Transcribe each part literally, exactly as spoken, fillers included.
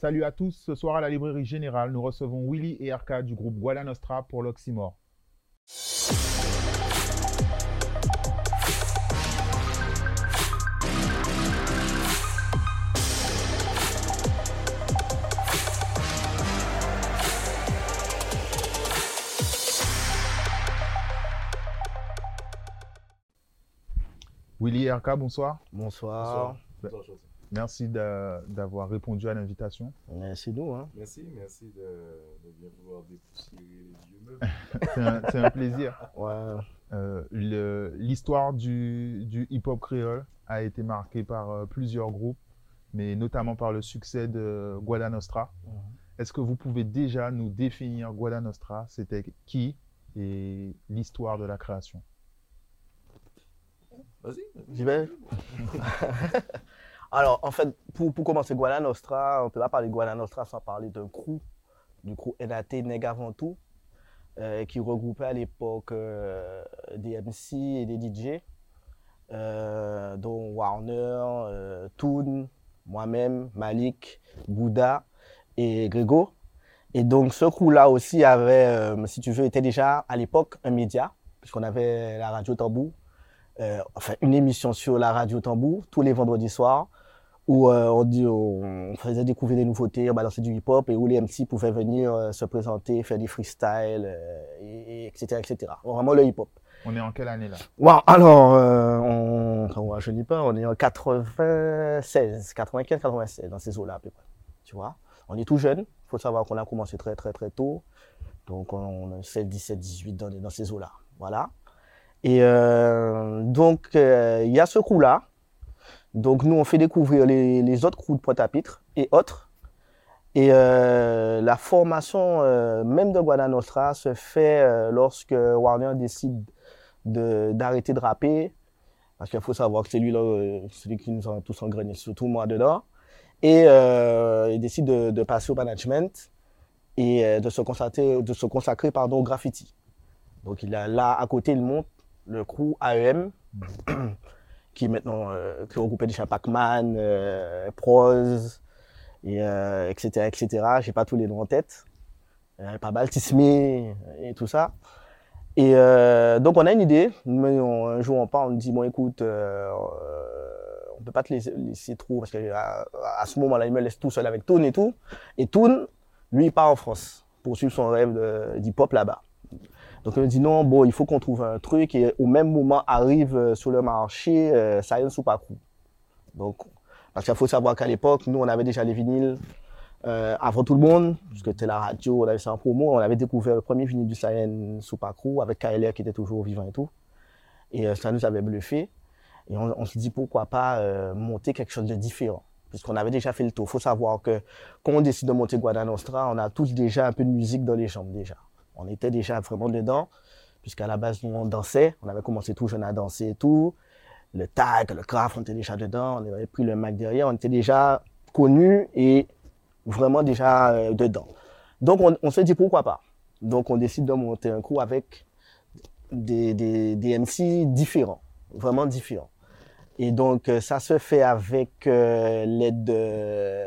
Salut à tous, ce soir à la Librairie Générale, nous recevons Willy et R K du groupe Guala Nostra pour l'Oxymore. Willy et R K, bonsoir. Bonsoir. Ben, merci d'a- d'avoir répondu à l'invitation. Merci nous. Hein. Merci, merci de, de bien vouloir dépoussiérer les vieux meubles. C'est un, c'est un plaisir. Ouais. Euh, le- L'histoire du, du hip-hop créole a été marquée par euh, plusieurs groupes, mais notamment par le succès de Guala Nostra. Mhm. Est-ce que vous pouvez déjà nous définir Guala Nostra? C'était qui et l'histoire de la création? Vas-y. J'y vais. Alors, en fait, pour, pour commencer, Guala Nostra, on ne peut pas parler de Guala Nostra sans parler d'un crew, du crew N A T, Neg avant tout, euh, qui regroupait à l'époque euh, des M C et des D J, euh, dont Warner, euh, Toon, moi-même, Malik, Bouddha et Grégo. Et donc, ce crew-là aussi avait, euh, si tu veux, était déjà à l'époque un média, puisqu'on avait la radio Tambour. Euh, enfin, une émission sur la radio Tambour tous les vendredis soirs où euh, on, dit, on faisait découvrir des nouveautés, on balançait du hip-hop et où les M C pouvaient venir euh, se présenter, faire des freestyles, euh, et, et etc., et cetera. Bon, vraiment le hip-hop. On est en quelle année là? Wow, alors, euh, on, on je dis pas, on est en quatre-vingt-seize, quatre-vingt-quinze, quatre-vingt-seize, dans ces eaux-là à peu près. Tu vois, on est tout jeune. Il faut savoir qu'on a commencé très, très, très tôt. Donc, on a seize, dix-sept, dix-huit dans, dans ces eaux-là. Voilà. Et euh, donc, il euh, y a ce crew-là. Donc, nous, on fait découvrir les, les autres crews de Pointe-à-Pitre et autres. Et euh, la formation euh, même de Guala Nostra se fait euh, lorsque Warner décide de, d'arrêter de rapper. Parce qu'il faut savoir que c'est lui, là, euh, celui qui nous a tous engrenés, surtout moi dedans. Et euh, il décide de, de passer au management et euh, de se consacrer, de se consacrer pardon, au graffiti. Donc, il a, là, à côté, il monte le crew A E M, qui est maintenant euh, qui regroupait déjà Pac-Man, euh, Prose, et, euh, et cetera, et cetera. J'ai pas tous les noms en tête. Euh, pas Baltismé et tout ça. Et euh, donc, on a une idée. Mais on, un jour, on parle, on dit, bon, écoute, euh, on peut pas te laisser, laisser trop, parce qu'à à ce moment-là, il me laisse tout seul avec Toon et tout. Et Toon, lui, il part en France pour suivre son rêve de, d'hip-hop là-bas. Donc, on me dit non, bon, il faut qu'on trouve un truc. Et au même moment, arrive euh, sur le marché euh, Science Soupakou. Donc, parce qu'il faut savoir qu'à l'époque, nous, on avait déjà les vinyles euh, avant tout le monde, parce que c'était la radio, on avait ça en promo. On avait découvert le premier vinyle du Science Soupakou avec K L R qui était toujours vivant et tout. Et euh, ça nous avait bluffé. Et on, on se dit pourquoi pas euh, monter quelque chose de différent, puisqu'on avait déjà fait le tour. Il faut savoir que quand on décide de monter Guala Nostra, on a tous déjà un peu de musique dans les jambes déjà. On était déjà vraiment dedans, puisqu'à la base, nous, on dansait. On avait commencé tout jeune à danser et tout. Le tag, le craft, on était déjà dedans. On avait pris le Mac derrière. On était déjà connus et vraiment déjà euh, dedans. Donc, on, on se dit pourquoi pas. Donc, on décide de monter un crew avec des, des, des M C différents, vraiment différents. Et donc, euh, ça se fait avec euh, l'aide de,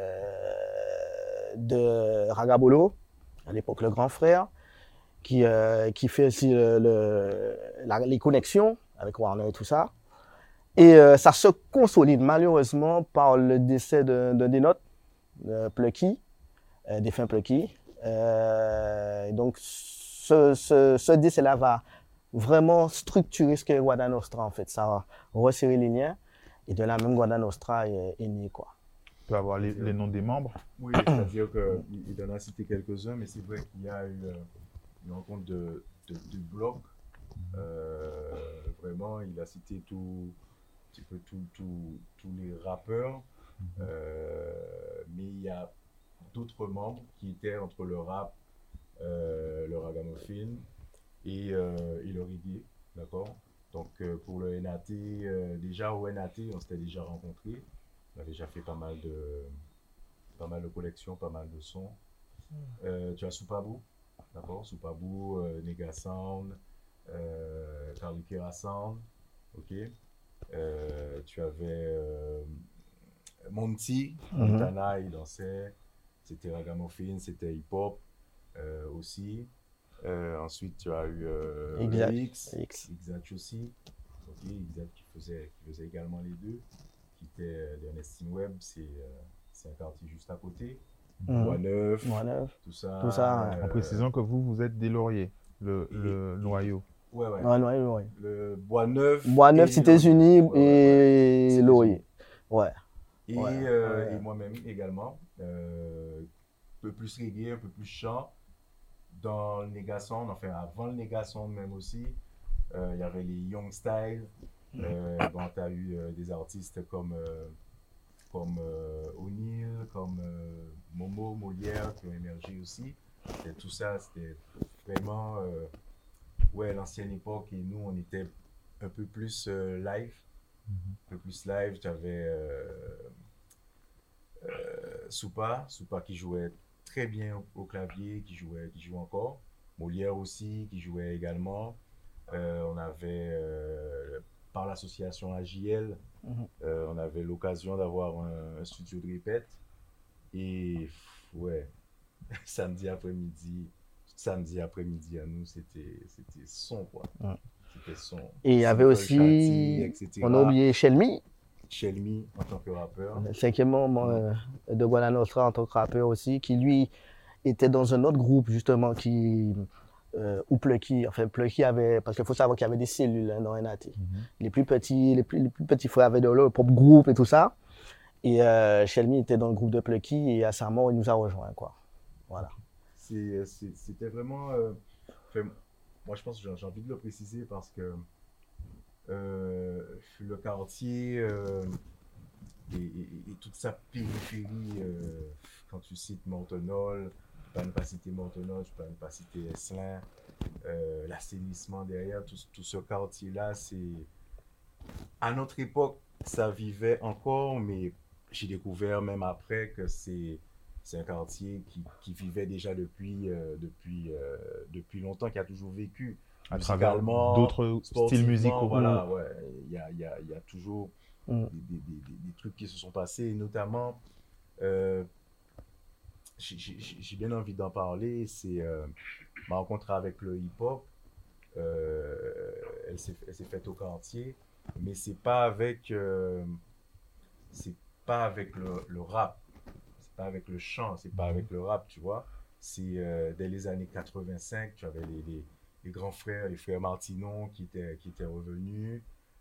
de Ragabolo, à l'époque le grand frère, qui, euh, qui fait aussi le, le, la, les connexions avec Warner et tout ça. Et euh, ça se consolide malheureusement par le décès de, de des notes, de Plucky, euh, défunt Plucky. Euh, donc ce, ce, ce décès-là va vraiment structurer ce qu'est Guala Nostra en fait. Ça va resserrer les liens et de la même Guala Nostra est, est née quoi. On peut avoir les, les noms des membres? Oui, c'est-à-dire qu'il en a cité quelques-uns, mais c'est vrai qu'il y a eu une rencontre de, de, de bloc. Euh, vraiment, il a cité tout, un petit peu tout, tout, tous les rappeurs, euh, mais il y a d'autres membres qui étaient entre le rap, euh, le ragamuffin et, euh, et le reggae, d'accord? Donc euh, pour le N A T, euh, déjà au N A T, on s'était déjà rencontrés, on a déjà fait pas mal de, pas mal de collections, pas mal de sons. Euh, tu as Soupabou, d'accord? Soupabou, euh, Nega Sound, euh, Karlikera Sound, ok? Euh, tu avais euh, Monty, Mhm. Montana, il dansait. c'était Ragamuffin, c'était hip-hop euh, aussi. Euh, ensuite, tu as eu euh, Exact. X, X. Exact aussi. Ok, Exact qui faisait, qui faisait également les deux. Qui était euh, l'Ernestine Web, c'est euh, c'est un quartier juste à côté. Mhm. Bois-Neuf, Bois-Neuf, tout ça. tout ça, ouais. En euh, précisant que vous, vous êtes des Lauriers, le, et- le et- noyau. Ouais, ouais. Ouais, ouais, ouais. Le Bois-Neuf. Bois-Neuf, et Cités-Unis Ouais, ouais, ouais. et Cités-Unis. Laurier. Ouais. Et, Ouais, euh, ouais. et moi-même également. Euh, un peu plus reggae, un peu plus chant. Dans le Négason, enfin avant le Négason même aussi, euh, il y avait les Young Style. Euh, bon, tu as eu euh, des artistes comme, euh, comme euh, O'Neill, comme euh, Momo, Molière qui ont émergé aussi. Et tout ça, c'était vraiment euh, ouais, l'ancienne époque et nous, on était un peu plus euh, live. Un peu plus live, tu avais euh, euh, Soupa, Soupa qui jouait très bien au, au clavier, qui jouait, qui joue encore. Molière aussi, qui jouait également. Euh, on avait, euh, par l'association A J L, Mhm. euh, on avait l'occasion d'avoir un, un studio de répète. Et pff, ouais, samedi après-midi, samedi après-midi à nous, c'était c'était son, quoi. Ouais. C'était son. Et il y avait Simple Shadi, aussi, et cetera. on a oublié Shelmy, Shelmy en tant que rappeur. le cinquième membre euh, de Guada Nostra en tant que rappeur aussi, qui lui était dans un autre groupe justement qui, euh, où Plucky, enfin Plucky avait, parce qu'il faut savoir qu'il y avait des cellules hein, dans N A T. Mhm. Les plus petits, les plus, les plus petits frères avaient de leur propre groupe et tout ça. Et euh, Shelmy était dans le groupe de Plucky et à sa mort, il nous a rejoints, quoi. Voilà. C'est- c'est- C'était vraiment. euh, enfin, moi, je pense que j'ai j'ai envie de le préciser parce que euh, le quartier euh, et, et- et toute sa périphérie, euh, quand tu cites Mortenol, tu peux ne pas citer Mortenol, tu peux ne pas citer Esselin, euh, l'assainissement derrière, tout, tout ce quartier-là, c'est. À notre époque, ça vivait encore, mais j'ai découvert même après que c'est c'est un quartier qui, qui vivait déjà depuis, euh, depuis, euh, depuis longtemps, qui a toujours vécu. À travers Musicalement, d'autres styles sportivement, musicaux. voilà, ouais. Il y a, il y a, il y a toujours Mm. des, des, des, des- des trucs qui se sont passés, et notamment, euh, j'ai- j'ai j'ai bien envie d'en parler, c'est euh, ma rencontre avec le hip-hop. Euh, elle s'est elle s'est faite au quartier, mais c'est pas avec euh, c'est pas avec le, le rap, c'est pas avec le chant, c'est pas avec le rap, tu vois. C'est euh, dès les années quatre-vingt-cinq, tu avais les, les, les grands frères, les frères Martinon qui étaient, qui étaient revenus,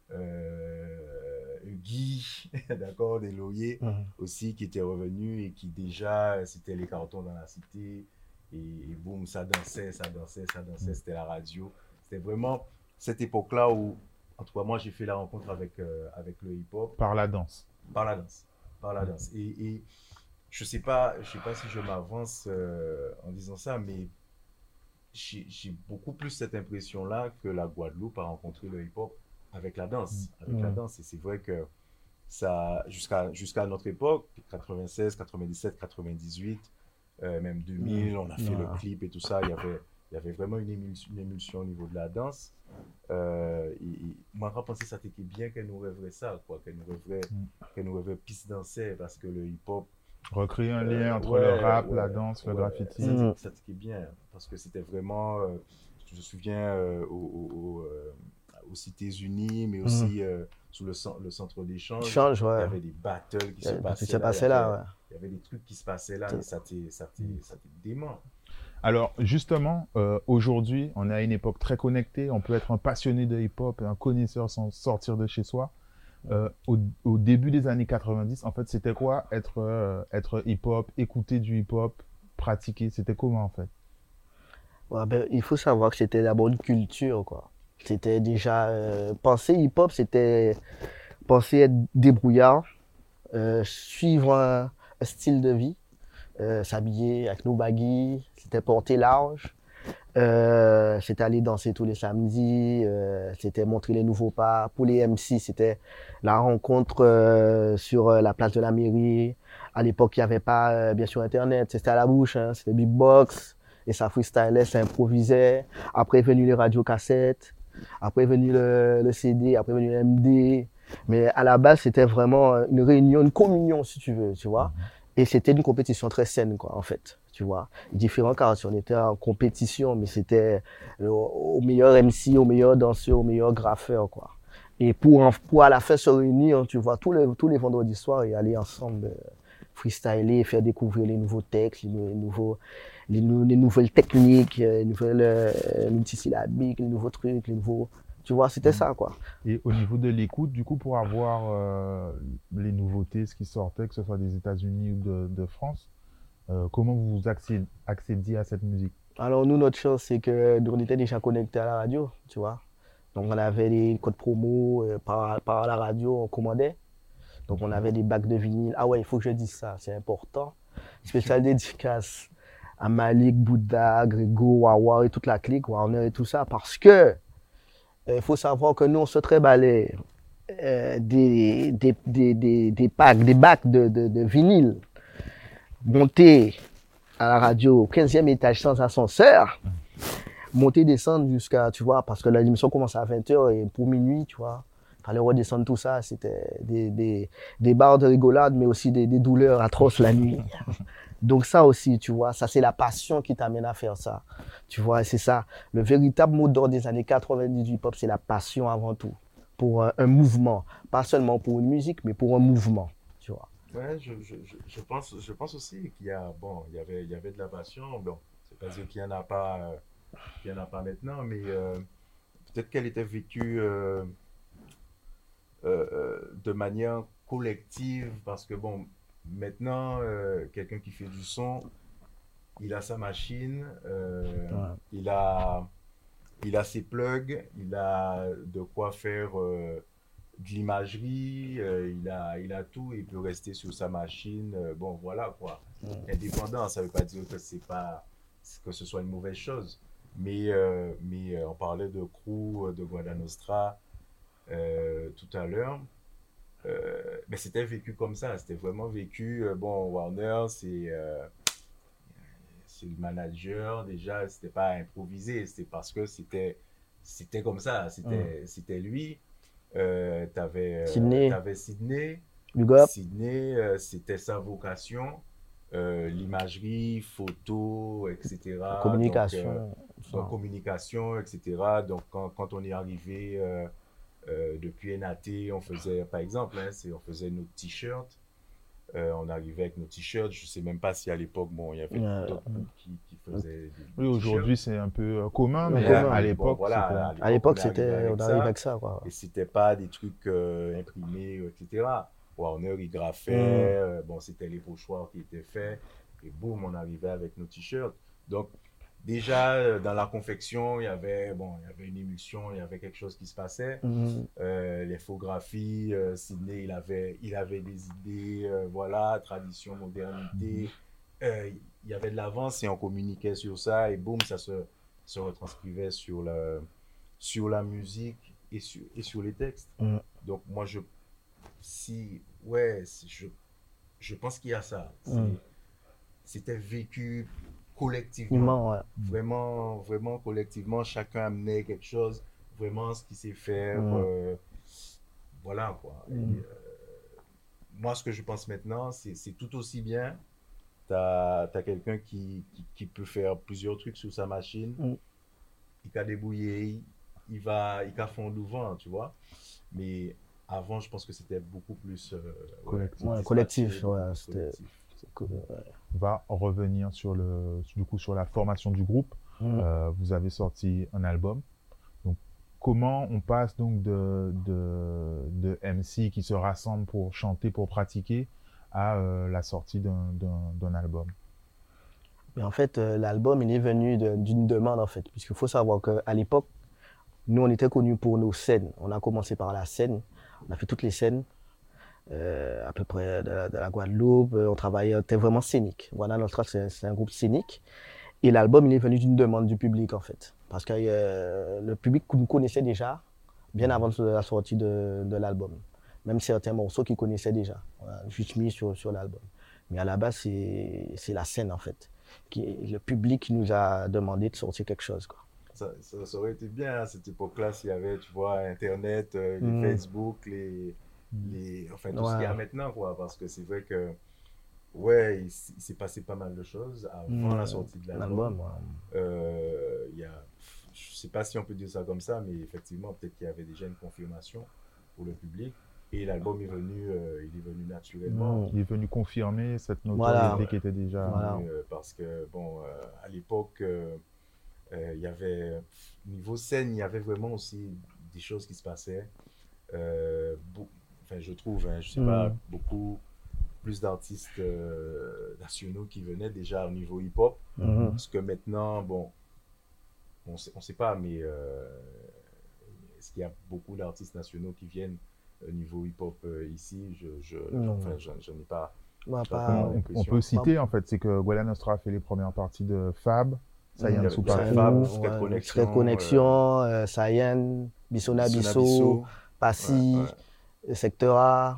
euh, Guy, d'accord, des Loyers Mhm. aussi qui étaient revenus et qui déjà, c'était les cartons dans la cité. Et, et boum, ça dansait, ça dansait, ça dansait, c'était la radio. C'était vraiment cette époque-là où, en tout cas, moi, j'ai fait la rencontre avec, euh, avec le hip-hop Par la danse. par la danse. Par la danse. Et, et je sais pas, je sais pas si je m'avance euh, en disant ça, mais j'ai j'ai beaucoup plus cette impression-là que la Guadeloupe a rencontré le hip-hop avec la danse. Avec la Mhm. danse. Et c'est vrai que ça, jusqu'à jusqu'à notre époque, quatre-vingt-seize, quatre-vingt-dix-sept, quatre-vingt-dix-huit, euh, même deux mille, on a fait le Ouais. clip et tout ça. Il y avait, il y avait vraiment une émulsion, une émulsion au niveau de la danse. Euh, et, et moi, je pensais que ça t'était bien qu'elle nous rêverait ça, quoi, qu'elle nous rêverait, Mm. qu'elle nous rêverait piste danser parce que le hip-hop, Recréer un lien euh, entre ouais, le rap, ouais, la danse, le ouais, graffiti. ça, Mm. t'est- ça t'était bien parce que c'était vraiment, euh, je me souviens euh, au, au, au, euh, aux Cités-Unies, mais aussi euh, sous le, cen- le centre d'échange. Change, Il y ouais. avait des battles qui Il y se a- passaient qui s'est là. passé il y là, avait, ouais. il y avait des trucs qui se passaient là, mais ça t'est, ça t'est, ça t'est dément. Alors justement, euh, aujourd'hui, on est à une époque très connectée. On peut être un passionné de hip-hop et un connaisseur sans sortir de chez soi. Euh, au, au début des années quatre-vingt-dix, en fait, c'était quoi être, euh, être hip-hop, écouter du hip-hop, pratiquer? C'était comment en fait? Ouais, ben, il faut savoir que c'était d'abord une culture, quoi. C'était déjà. Euh, penser hip-hop, c'était penser être débrouillard, euh, suivre un, un style de vie, euh, s'habiller avec nos baggy, c'était porter large, euh, c'était aller danser tous les samedis, euh, c'était montrer les nouveaux pas. Pour les M C, c'était la rencontre euh, sur euh, la place de la mairie. À l'époque, il n'y avait pas, euh, bien sûr, Internet, c'était à la bouche, hein, c'était beatbox, et ça freestylait, ça improvisait. Après est venu les radiocassettes, après est venu le, le C D, après est venu le M D. Mais à la base, c'était vraiment une réunion, une communion, si tu veux, tu vois. Et c'était une compétition très saine, quoi, en fait. Tu vois, différents quartiers, on était en compétition, mais c'était euh, au meilleur M C, au meilleur danseur, au meilleur graffeur, quoi. Et pour, en- pour à la fin se réunir, tu vois, tous les, tous les vendredis soirs et aller ensemble euh, freestyler, faire découvrir les nouveaux textes, les, nou- les nouveaux, les, nou- les nouvelles techniques, euh, les nouvelles euh, multisyllabiques, les nouveaux trucs, les nouveaux, tu vois, c'était Mhm. ça, quoi. Et au niveau de l'écoute, du coup, pour avoir euh, les nouveautés, ce qui sortait, que ce soit des États-Unis ou de, de France, euh, comment vous accé- accédiez à cette musique? Alors, nous, notre chance, c'est que nous, on était déjà connectés à la radio, tu vois. Donc, on avait les codes promo euh, par, par la radio, on commandait. Donc, on avait des bacs de vinyle. Ah ouais, il faut que je dise ça, c'est important. Spécial dédicace à Malik, Bouddha, Grégo, Wawa et toute la clique, Warner et tout ça, parce que il faut savoir que nous, on se trébalait euh, des, des, des, des, des packs, des bacs de, de, de vinyle montés à la radio au quinzième étage sans ascenseur, monter, descendre jusqu'à, tu vois, parce que l'émission commence à vingt heures et pour minuit, tu vois, il fallait redescendre tout ça, c'était des, des, des barres de rigolade, mais aussi des, des douleurs atroces la nuit. Donc ça aussi, tu vois, ça c'est la passion qui t'amène à faire ça. Tu vois, c'est ça. Le véritable mot d'ordre des années quatre-vingt-dix du hip-hop, c'est la passion avant tout. Pour un, un mouvement. Pas seulement pour une musique, mais pour un mouvement. Tu vois. Ouais, je, je, je, je pense, je pense aussi qu'il y a, bon, il y avait, il y avait de la passion. Bon, c'est pas dire qu'il y en a pas, euh, qu'il y en a pas maintenant, mais euh, peut-être qu'elle était vécue euh, euh, euh, de manière collective parce que bon, maintenant, euh, quelqu'un qui fait du son, il a sa machine, euh, Ouais. il a, il a ses plugs, il a de quoi faire euh, de l'imagerie, euh, il a, il a tout, il peut rester sur sa machine. euh, bon, voilà quoi. Indépendant, ça veut pas dire que c'est pas que ce soit une mauvaise chose. Mais, euh, mais euh, on parlait de Crew, euh, de Guada Nostra euh, tout à l'heure. Euh, mais c'était vécu comme ça, c'était vraiment vécu. euh, bon, Warner, c'est euh, c'est le manager, déjà, c'était pas improvisé, c'était parce que c'était c'était comme ça, Mm. c'était c'était lui. Euh, t'avais euh, Sydney, t'avais Sydney. Big Up, Sydney, euh, c'était sa vocation, euh, l'imagerie, photo, et cetera. Donc, euh, communication. donc, Ça. communication, et cetera. Donc, quand, quand on est arrivé euh, euh, depuis N A T, on faisait, par exemple, hein, c'est- on faisait nos t-shirts. Euh, on arrivait avec nos t-shirts. Je ne sais même pas si à l'époque, bon, il y avait Euh, d'autres groupes qui, qui faisaient des, Oui, des t-shirts. aujourd'hui, c'est un peu euh, commun, en mais Mais, commun. à mais bon, l'époque, c'était... voilà, à À l'époque, on l'époque, est arrivé c'était, avec on arrive ça. avec ça, quoi. Et c'était pas des trucs euh, imprimés, et cetera. Warner, il Mm. graffait. euh, bon, c'était les pochoirs qui étaient faits. Et boum, on arrivait avec nos t-shirts. Donc, déjà, euh, dans la confection, il y avait, bon, il y avait une émulsion, il y avait quelque chose qui se passait. Mm. Euh, l'infographie, euh, Sydney, il avait, il avait des idées, euh, voilà, tradition, modernité. Euh, il y avait de l'avance et on communiquait sur ça et boum, ça se, se retranscrivait sur la, sur la musique et sur, et sur les textes. Mm. Donc moi, je, si, ouais, si je, je pense qu'il y a ça. Mm. C'est, c'était vécu collectivement. Humain, ouais. Vraiment, vraiment collectivement, chacun amenait quelque chose, vraiment ce qu'il sait faire. Mm. euh, voilà quoi. Et, Mm. euh, moi, ce que je pense maintenant, c'est c'est tout aussi bien. Tu as, quelqu'un qui, qui, qui peut faire plusieurs trucs sur sa machine, Mm. il va débrouiller, il, il va il va fondre le vent, tu vois. Mais avant, je pense que c'était beaucoup plus euh, ouais, Collectif. Ouais, dispatché, collectif, beaucoup ouais, plus c'était. collectif. C'est cool, ouais. On va revenir sur, le, du coup, sur la formation du groupe. Mm. Euh, vous avez sorti un album. Donc, comment on passe donc de, de, de M C qui se rassemblent pour chanter, pour pratiquer, à euh, la sortie d'un- d'un d'un album? Mais en fait, euh, l'album, il est venu de- d'une demande, en fait. Puisqu'il faut savoir qu'à l'époque, nous, on était connus pour nos scènes. On a commencé par la scène. On a fait toutes les scènes, euh, à peu près de, la- de la Guadeloupe. Euh, On travaillait, on était vraiment scénique. Voilà, Nostra, c'est c'est un groupe scénique. Et l'album, il est venu d'une demande du public, en fait. Parce que euh, le public nous connaissait déjà, bien avant la sortie de, de l'album. Même certains morceaux qu'ils connaissaient déjà. On a juste mis sur, sur l'album. Mais à la base, c'est c'est la scène, en fait. Qui, le public qui nous a demandé de sortir quelque chose, quoi. Ça, ça, ça aurait été bien à cette époque-là s'il y avait, tu vois, Internet, euh, les Mm. Facebook, les, les, enfin tout ce qu'il y a Ouais. maintenant, quoi. Parce que c'est vrai que ouais, il, s- il s'est passé pas mal de choses avant Mm, la sortie de l'album, l'album. ouais. Euh, il y a, je sais pas si on peut dire ça comme ça, mais effectivement, peut-être qu'il y avait déjà une confirmation pour le public. Et l'album est venu, euh, il est venu naturellement. Mm, Il est venu confirmer cette voilà, notoriété Ouais, qui était il est déjà. voilà. venu euh, parce que, bon, euh, à l'époque, euh, euh, il y avait, niveau scène, il y avait vraiment aussi des choses qui se passaient. Euh, beau- enfin, je trouve, hein, je sais pas, Mm, beaucoup plus d'artistes euh, nationaux qui venaient déjà au niveau hip-hop. mhm. Parce que maintenant, bon, on sait, on sait pas, mais euh, est-ce qu'il y a beaucoup d'artistes nationaux qui viennent au niveau hip-hop euh, ici? Je, je, enfin, Non, j'en j'en ai pas, bah, j'ai pas On, pas, vraiment ouais. on- on peut l'impression. Pas, citer, en fait, c'est que Guala Nostra a fait les premières parties de Fab, Il y mm, Sayan avait, il y avait ça, Supacrou. Fab, nous, Secret ouais, Secret Connection, euh, Connection, euh, Sayen, Bissona Bisso, Bissonabisso. Ouais, Passy, ouais. Secteur A,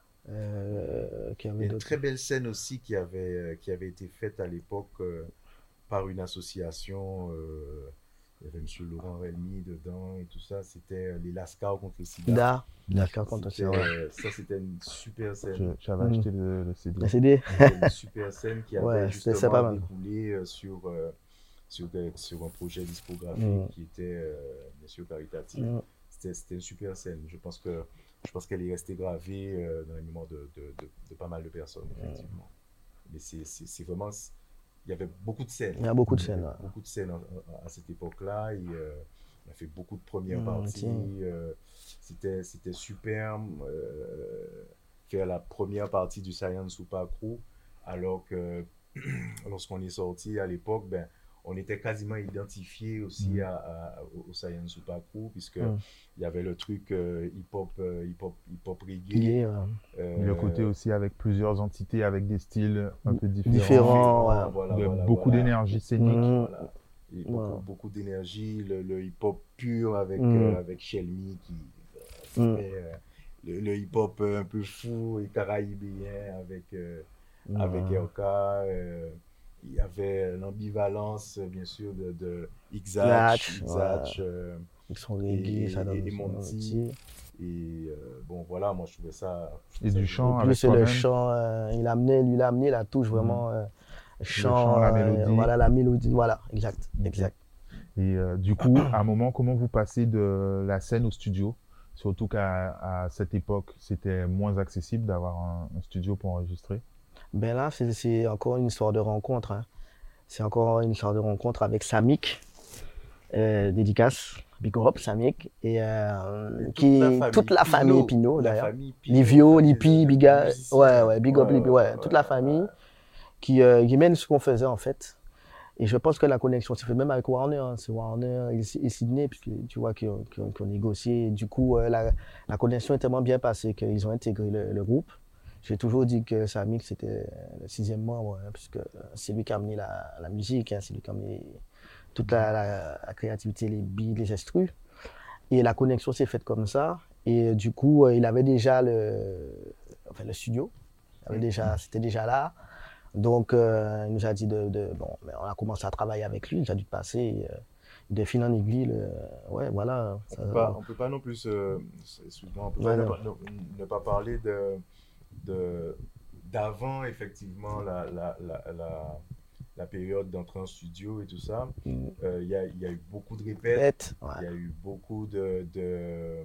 euh, qui Il y avait a une d'autres. très belle scène aussi qui avait, euh, qui avait été faite à l'époque euh, par une association. Euh, il y avait M. Laurent Relmy dedans et tout ça. C'était euh, les Lascars contre le sida. Da, d'accord, quand C'était, on ouais. euh, ça, c'était une super Je- scène. J'avais Mm. acheté le, le C D. La C D, C'était une super scène qui avait ouais, c'était c'est pas justement mal. découlé euh, sur, euh, sur, des- sur un projet discographique Mm, qui était euh, bien sûr caritatif. mm, C'était, c'était une super scène. Je pense que je pense qu'elle est restée gravée euh, dans la mémoire de, de, de, de pas mal de personnes, effectivement. Mais c'est, c'est, c'est vraiment. Il y avait beaucoup de scènes. il y a beaucoup de Il y scènes. avait Ouais. beaucoup de scènes en- en- à cette époque-là. Et, euh, on a fait beaucoup de premières Mm, tiens. parties. euh, c'était, c'était super euh, faire la première partie du Science Super Crew. Alors que lorsqu'on est sorti à l'époque, ben, on était quasiment identifié aussi Mm. à, à- au Science Super Crew, puisque Mm. il y avait le truc euh, hip-hop, euh, hip-hop, hip-hop reggae. Yeah, ouais. Et le côté euh, aussi avec plusieurs entités, avec des styles un peu différents, Différent, Différent, ouais. voilà, de voilà, beaucoup voilà. d'énergie scénique. Mm, Voilà. Et beaucoup, ouais. beaucoup d'énergie, le, le hip-hop pur avec, Mm, euh, avec Shelmy qui euh, mm, c'était euh, le, le hip-hop un peu fou et caraïbéen avec, euh, avec ouais. R K. euh, il y avait l'ambivalence, bien sûr, de, de Xatch, Natch, ouais. Xatch euh, Ils sont et, reggae, ça et, donne et son Monty. petit. Et euh, bon, voilà, moi je trouvais ça, je trouvais Et ça du En génial. chant plus, avec c'est le toi-même. chant, euh, il a amené, lui, il a amené la touche Mhm. vraiment, euh, Le chant, chant, la euh, mélodie. voilà, la mélodie, voilà, exact, Ok. exact. Et euh, du coup, à un moment, comment vous passez de la scène au studio? Surtout qu'à à cette époque, c'était moins accessible d'avoir un, un studio pour enregistrer. Ben là, c'est c'est encore une histoire de rencontre, hein. C'est encore une histoire de rencontre avec Samik, euh, dédicace, Big Up, Samik, et euh, Et toute la qui, toute famille la famille Pinot, Pinot la d'ailleurs. famille Pinot, Livio, famille Lipi, de, de Biga, ouais, musiciens. ouais, Big Ouais, Up, Lipi, ouais, ouais, ouais, toute la famille qui, euh, qui mène ce qu'on faisait en fait. Et je pense que la connexion s'est faite même avec Warner, hein. C'est Warner et, et Sydney, puisque tu vois, qui ont, qui ont- qui ont négocié. Et du coup, euh, la, la connexion est tellement bien passée qu'ils ont intégré le, le groupe. J'ai toujours dit que Samik, c'était le sixième membre, hein, puisque c'est lui qui a amené la, la musique, hein, c'est lui qui a amené toute la, la- la créativité, les beats, les instrus. Et la connexion s'est faite comme ça. Et du coup, euh, il avait déjà le, enfin, le studio. Il avait déjà, c'était déjà là. Donc, euh, il nous a dit de, de- bon, mais on a commencé à travailler avec lui. Il a dû passer euh, de fil en aiguille. Le, ouais, voilà. On Ça, peut pas, on peut pas non plus, euh, excuse-moi, on peut pas ouais, ne, non. pas ne- ne pas parler de, de- d'avant effectivement la, la, la, la, la période d'entrée en studio et tout ça. Mm. Euh, Il y a, il y a eu beaucoup de répètes, Bête, ouais. il y a eu beaucoup de, de,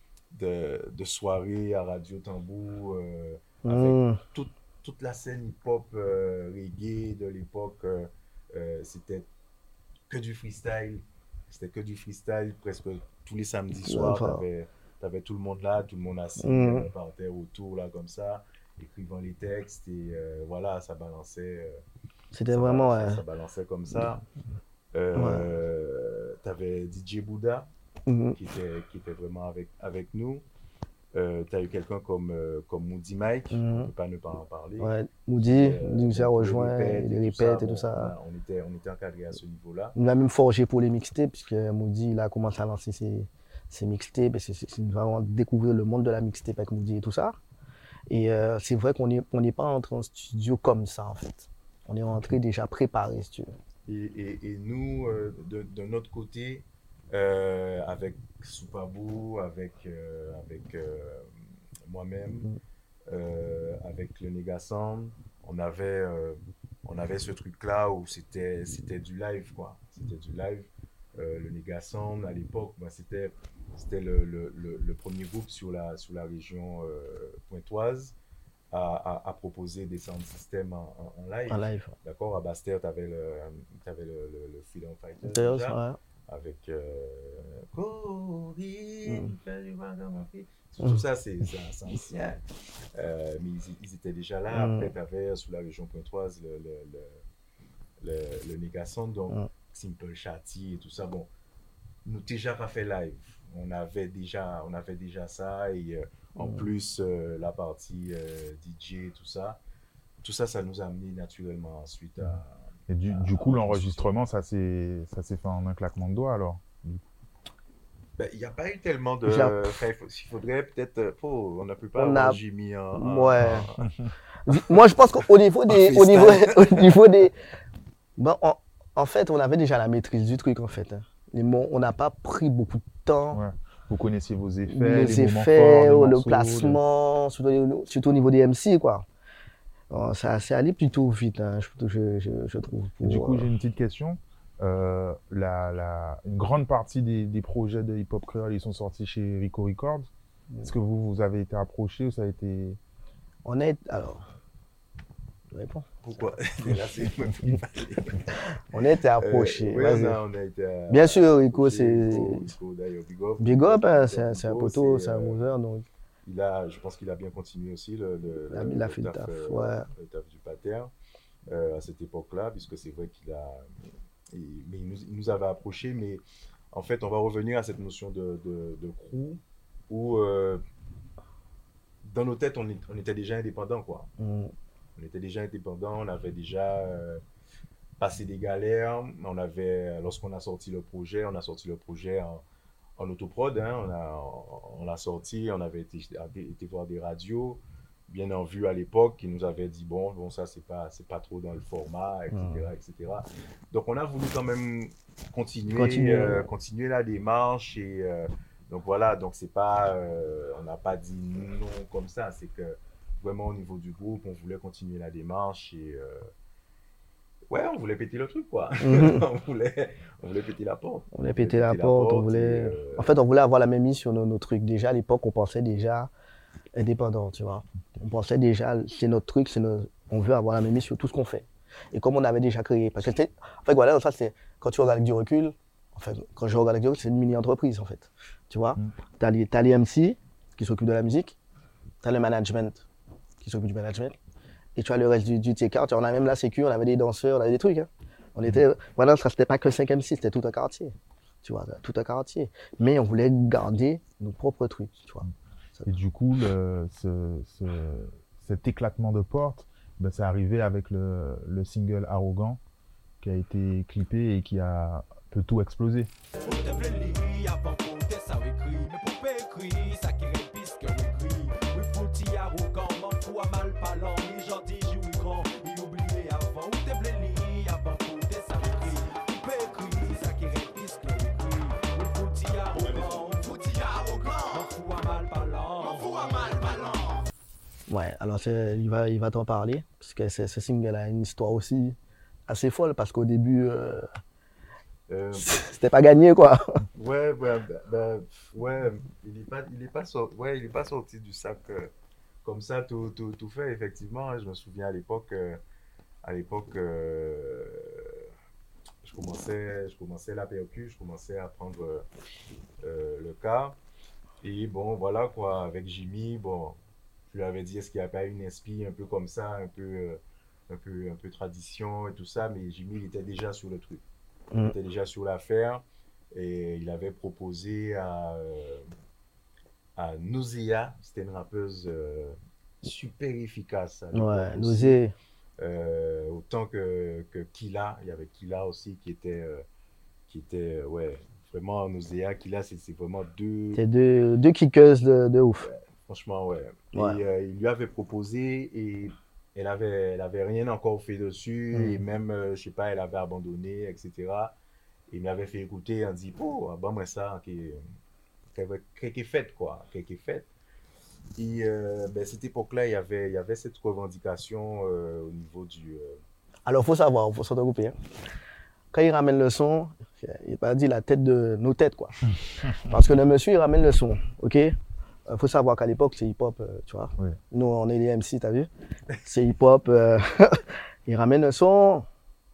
de, de soirées à Radio Tambour euh, avec Mm. toute, toute la scène hip-hop euh, reggae de l'époque. euh, euh, c'était que du freestyle. C'était que du freestyle presque tous les samedis soirs. Tu Enfin, avais, t'avais tout le monde là, tout le monde assis mm. euh, par terre autour, là, comme ça, écrivant les textes. Et euh, voilà, ça balançait, euh, C'était ça, ba- vraiment, ça, ouais. ça balançait comme ça. Ouais. Euh, tu avais D J Bouddha Mhm. qui était, qui était vraiment avec, avec nous. Euh, tu as eu quelqu'un comme, euh, comme Moody Mike, on Mhm. ne peut pas ne pas en parler. Ouais. Qui, Moody, euh, il nous a bon, pour les rejoint, répètes il et tout ça, répète et bon, tout on, ça. a- on était, on était encadré à ce niveau-là. Il a même forgé pour les mixtapes, puisque Moody, il a commencé à lancer ses, ses mixtapes. Et c'est c'est- c'est vraiment découvrir le monde de la mixtape avec Moody et tout ça. Et euh, c'est vrai qu'on n'est on n'est pas entré en studio comme ça, en fait. On est rentré déjà préparé, si tu veux. Et, et, et nous, euh, de, de notre côté, euh, avec Soupabou, avec, euh, avec euh, moi-même, Mhm. euh, avec le Négasand, on avait, euh, on avait ce truc-là où c'était, c'était du live, quoi. C'était du live. Euh, le Negasound, à l'époque, bah, c'était, c'était le, le, le, le premier groupe sur la, sur la région euh, pointoise à, à, à proposer des sound systems en, en, en live. En live. D'accord, à Bastère, tu avais le, t'avais le, le, le Freedom Fighters D'ailleurs, déjà, ouais. avec euh, Corinne, Mm. fais du mal dans ma fille. Tout ça, c'est c'est ancien. Euh, mais ils, ils étaient déjà là. Mm. Après, tu avais sous la région pointoise le, le, le, le, le Negasound, donc Mm. Simple Chatty et tout ça. Bon, nous déjà pas fait live. On avait déjà, on avait déjà ça. Et euh, en Mm. plus, euh, la partie euh, D J, tout ça. Tout ça, ça nous a amené naturellement ensuite à. Et du, à, du à coup, rejoindre ce l'enregistrement, ça s'est ça s'est fait en un claquement de doigts alors. Ben, il n'y a pas eu tellement de. J'ai- Enfin, il faut- il faudrait peut-être. euh, faut- on ne peut pas On avoir a- Jimmy en. Ouais. en- en- Moi, je pense qu'au niveau des, En au niveau, FaceTime. au niveau des, ben, en, en fait, on avait déjà la maîtrise du truc, en fait, hein. Les mots, on n'a pas pris beaucoup de temps. Ouais. Vous connaissiez vos effets, Les les moments effets, forts, les le morceaux, placement, surtout, surtout au niveau des M C, quoi. Bon, ça c'est allé plutôt vite, hein, je, je, je, je trouve. le- Du pour, coup, euh, j'ai une petite question. Euh, la, la, une grande partie des, des projets de hip-hop créole, ils sont sortis chez Rico Records. Est-ce que vous, vous avez été approché ou ça a été... on est. Alors. Je réponds. Pourquoi? Là, c'est moi qui parle. On a été Euh, approché. oui, Vas-y. on a, on a été. euh, Bien sûr, Rico, approché. c'est. Rico, Rico, d'ailleurs, Big Up. Big up, hein, Big c'est un, c'est un Rico, poteau, c'est, c'est un euh, mover, donc Il a, je pense qu'il a bien continué aussi le, le, il a, le- il a le fait le taf. euh, Ouais. le taf du pater euh, à cette époque-là, puisque c'est vrai qu'il a. il- mais il nous, il nous avait approché, mais en fait, on va revenir à cette notion de, de, de crew où, euh, dans nos têtes, on, est- on était déjà indépendants, quoi. Mm. On était déjà indépendants, on avait déjà euh, passé des galères. On avait, lorsqu'on a sorti le projet, on a sorti le projet en, en autoprod, hein, on a, on l'a sorti, on avait été, été voir des radios bien en vue à l'époque qui nous avaient dit bon, bon ça c'est pas, c'est pas trop dans le format, et cetera, et cetera. Donc on a voulu quand même continuer, Continuer, euh, ouais. continuer la démarche et euh, donc voilà, donc c'est pas, euh, on n'a pas dit non comme ça, c'est que vraiment au niveau du groupe, on voulait continuer la démarche et euh, ouais, on voulait péter le truc quoi. Mhm. on voulait, on voulait péter la porte. On voulait péter la porte, on et, voulait. euh, En fait, on voulait avoir la même mise sur nos, nos trucs. Déjà, à l'époque, on pensait déjà indépendant, tu vois. On pensait déjà, c'est notre truc, c'est nos- on veut avoir la même mise sur tout ce qu'on fait. Et comme on avait déjà créé, parce que c'était- en fait, voilà, ça c'est quand tu regardes avec du recul, en fait, quand je regarde avec du recul, c'est une mini-entreprise, en fait. Tu vois, Mm. tu as les, t'as les M C qui s'occupent de la musique, tu as le management qui s'occupe du management, et tu as le reste du, du T K. Tu vois, on a même la sécu, on avait des danseurs, on avait des trucs. Hein. On était, voilà, ça c'était pas que cinq M C, c'était tout un quartier. Tu vois, tout un quartier. Mais on voulait garder nos propres trucs, tu vois. Et du coup, le, ce, ce, cet éclatement de porte, ben, c'est arrivé avec le, le single Arrogant qui a été clippé et qui a un peu tout explosé. Ouais, alors c'est- il va, il va t'en parler, parce que ce ce single a une histoire aussi assez folle, parce qu'au début, euh, euh, c'était pas gagné, quoi. Ouais, ouais, bah, bah, ouais, il n'est pas, il est pas, sorti, ouais, il est pas sorti du sac euh, comme ça, tout, tout, tout fait, effectivement. Hein. Je me souviens à l'époque, euh, à l'époque, euh, je commençais, je commençais la percu, je commençais à prendre euh, euh, le cas. Et bon, voilà quoi, avec Jimmy, bon, je lui avais dit, est-ce qu'il n'y a pas une inspi un peu comme ça, un peu, euh, un peu, un peu tradition et tout ça, mais Jimmy, il était déjà sur le truc. Il Mm. était déjà sur l'affaire. Et il avait proposé à, euh, à Nausea, c'était une rappeuse euh, super efficace. à l'époque Ouais, aussi. Nausée. Euh, autant que, que Killa, il y avait Killa aussi qui était, euh, qui était euh, ouais, vraiment Nausea. Killa, c'est c'est vraiment deux. C'est deux, deux kickers de, de ouf. Franchement, ouais. Ouais. Et euh, il lui avait proposé et elle avait, elle avait rien encore fait dessus. Mm. Et même, euh, je sais pas, elle avait abandonné, et cetera. Et il m'avait fait écouter, on dit, oh, bah moi ça, qui qui est fait, quoi, qui est fait. Et euh, ben, cette époque-là, il y avait, il y avait cette revendication euh, au niveau du. euh, Alors, il faut savoir, il faut s'entrecouper. Hein. Quand il ramène le son, il n'a pas dit la tête de nos têtes, quoi. Parce que le monsieur, il ramène le son, ok? Il faut savoir qu'à l'époque, c'est hip-hop, euh, tu vois. Oui. Nous, on est les M C, t'as vu? C'est hip-hop. euh, il ramène le son.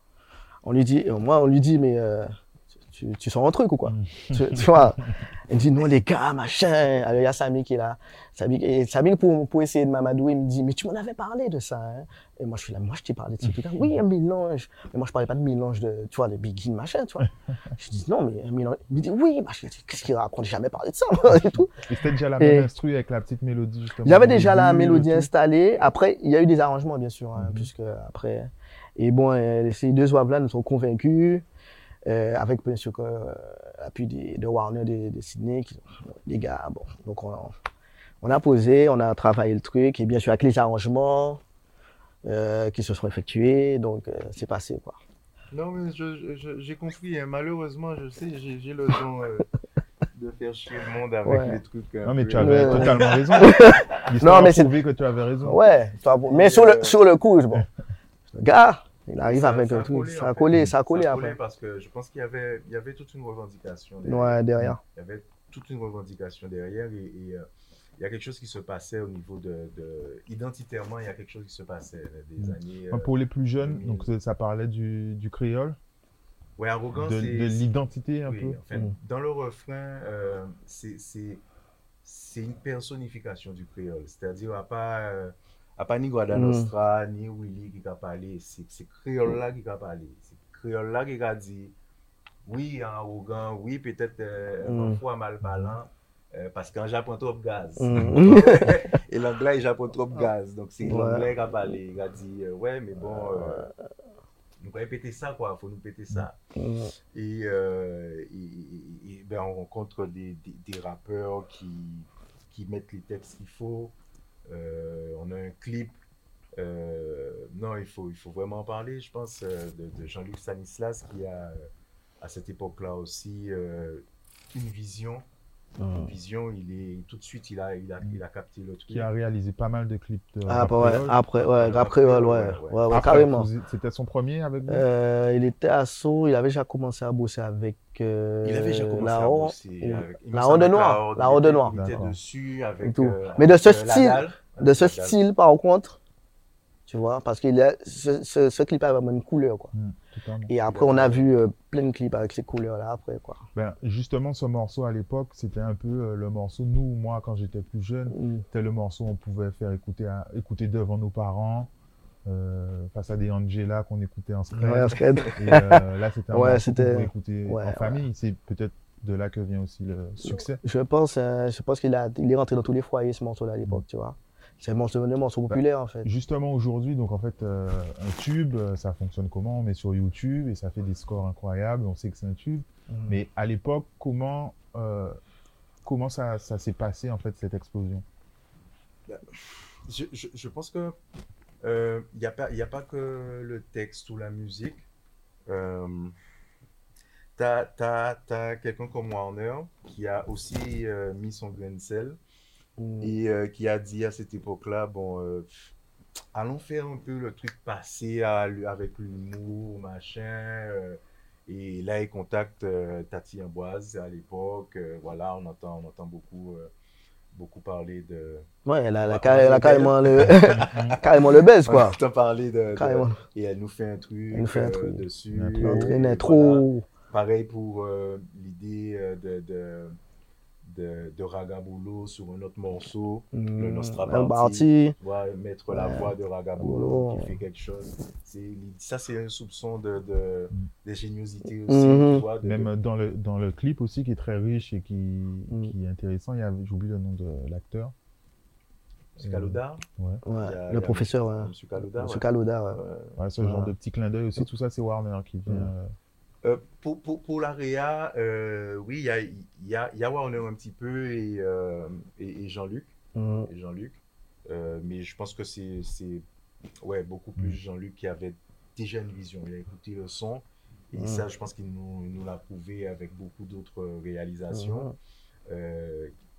On lui dit, euh, moi, on lui dit, mais euh, tu, tu sens un truc ou quoi? tu, tu vois? Il dit, non, les gars, machin. Alors, il y a Samy qui est là. Samy, et Samy, pour, pour essayer de m'amadouer, il me dit, mais tu m'en avais parlé de ça. Hein? Et moi, je suis là, moi, je t'ai parlé de ce truc-là. Oui, un mélange. Mais moi, je parlais pas de mélange de, tu vois, de Biggie, machin, tu vois. Je dis, non, mais un mélange. Il me dit, oui, machin. Qu'est-ce qu'il raconte? J'ai jamais parlé de ça, et tout. Et c'était déjà la Et- même instru avec la petite mélodie, justement. Il y avait au déjà la début, mélodie le tout. installée. Après, il y a eu des arrangements, bien sûr, hein, Mhm. puisque après. Et bon, euh, ces deux oeuvres-là nous sont convaincus, euh, avec bien sûr euh, l'appui des- de Warner de, de Sydney, qui, les gars, bon. Donc on, on a posé, on a travaillé le truc, et bien sûr avec les arrangements euh, qui se sont effectués, donc euh, c'est passé, quoi. Non, mais je- je- j'ai compris. Hein. Malheureusement, je sais, j'ai j'ai le don euh, de faire chier le monde avec Ouais. les trucs. un Non, mais peu- tu avais Ouais. totalement raison. Non, L'histoire mais a c'est- prouvé que tu avais raison. Ouais, tu vois, bon. mais Et, sur, euh, le, sur le coup, je- bon, le gars, il arrive ça- avec ça un a truc, collé, ça en a fait. collé, ça a Ça collé a collé après. parce que je pense qu'il y avait, il y avait toute une revendication derrière. Ouais, derrière. Il y avait toute une revendication derrière et, et, euh, il y a quelque chose qui se passait au niveau de, de- identitairement, il y a quelque chose qui se passait euh, des Mm. années. Enfin, euh, pour les plus jeunes, deux mille. donc ça- ça parlait du, du créole, ouais, arrogant, de, c'est de c'est- l'identité un oui, peu. en fait, Mm. dans le refrain, euh, c'est c'est c'est une personnification du créole, c'est-à-dire à pas euh, à pas ni Guada Mm. Nostra ni Willy qui a parlé, c'est c'est créole là qui a parlé, c'est créole là qui a dit oui arrogant, oui peut-être euh, Mm. parfois mal parlant. euh, parce qu'en Japon trop de gaz Mm. et l'anglais il Japon trop de gaz donc c'est Ouais. l'anglais qui a parlé, il a dit euh, ouais mais bon euh, nous allons péter ça quoi, faut nous péter ça. Mm. Et, euh, et- et- et, ben, on rencontre des, des, des rappeurs qui, qui mettent les textes qu'il faut. Euh, on a un clip. euh, non, il faut, il faut vraiment en parler, je pense, euh, de, de Jean-Luc Stanislas qui a, à cette époque-là aussi, euh, une vision. Une Mm. vision, il est, tout de suite, il a, il a, il a capté le truc. Qui a réalisé pas mal de clips de Ah, rap bah ouais, créole. après, ouais, Euh, rap créole, ouais, ouais, ouais, ouais. ouais, ouais, Après, carrément. vous- c'était son premier avec vous? Euh, il était à Sceaux, il avait déjà commencé à bosser avec euh, Il avait déjà commencé la à Horde- bosser avec il me la semble Horde avec Noire, Horde, la il Horde était- Noire. Il était D'accord. dessus et avec. tout. euh, Mais de avec, ce euh, style, Ladal. de ce Ladal. style par contre, tu vois, parce que ce, ce, ce clip a vraiment une couleur, quoi. Mm, totalement. Et après, on a vu euh, plein de clips avec ces couleurs-là après, quoi. Ben, justement, ce morceau à l'époque, c'était un peu euh, le morceau, nous, moi, quand j'étais plus jeune, Mm. c'était le morceau qu'on pouvait faire écouter, à- écouter devant nos parents, euh, face à des Angela qu'on écoutait en scred. Ouais, Scred. Et euh, là, c'était un Ouais, morceau qu'on c'était- pouvait écouter ouais, en ouais. famille. C'est peut-être de là que vient aussi le succès. Je pense, euh, je pense qu'il a, il est rentré dans tous les foyers, ce morceau-là, à l'époque, tu vois. C'est un morceau, un morceau populaire, en fait. Justement, aujourd'hui, donc en fait, euh, un tube, euh, ça fonctionne comment? On met sur YouTube et ça fait des scores incroyables, on sait que c'est un tube. Mm. Mais à l'époque, comment, euh, comment ça, ça s'est passé, en fait, cette explosion? Je, je, je pense que il n'y a pas, y a pas que le texte ou la musique. Euh, t'as, t'as, t'as quelqu'un comme Warner qui a aussi euh, mis son grain de sel Mm. et euh, qui a dit à cette époque-là, bon, euh, allons faire un peu le truc passé à, avec l'humour, machin. euh, et là, il contacte euh, Tati Amboise à l'époque. euh, voilà, on entend, on entend beaucoup, euh, beaucoup parler de. Ouais, elle a, elle a Ouais, carré- elle a ouais, carrément le, carrément le buzz, On quoi. entend parler de, de- Carrément. Et elle nous fait un truc, Elle nous fait un euh, truc. dessus. Un truc. et L'entraîne voilà. est trop. Pareil pour euh, l'idée euh, de, de, de, de Ragabulo sur un autre morceau, le Mm. Nostra Un Party. parti. Ouais, mettre la Ouais. voix de Ragabulo Ragabulo. qui fait quelque chose. C'est, ça, c'est un soupçon de, de, Mm. d'ingéniosité aussi. Mhm. Tu vois, de, Même de- dans le, dans le clip aussi, qui est très riche et qui, Mm. qui est intéressant, il y a, j'oublie le nom de l'acteur. Monsieur Kalouda. Ouais. Ouais, Il y a- il y le a professeur, ouais. Monsieur Kalouda. Monsieur ouais. Kalouda, ouais. Ouais. Ouais, ce Ouais. genre de petit clin d'œil aussi, tout ça, c'est Warner qui vient. Mm. euh, Euh, pour, pour, pour la Réa, euh, oui, il y a, il y, a, il y a Warner un petit peu et, euh, et, et Jean-Luc. Mm. Et Jean-Luc. Euh, mais je pense que c'est, c'est ouais, beaucoup plus Mm. Jean-Luc qui avait déjà une vision. Il a écouté le son. Et Mm. ça, je pense qu'il nous, il nous l'a prouvé avec beaucoup d'autres réalisations. Mm. Euh,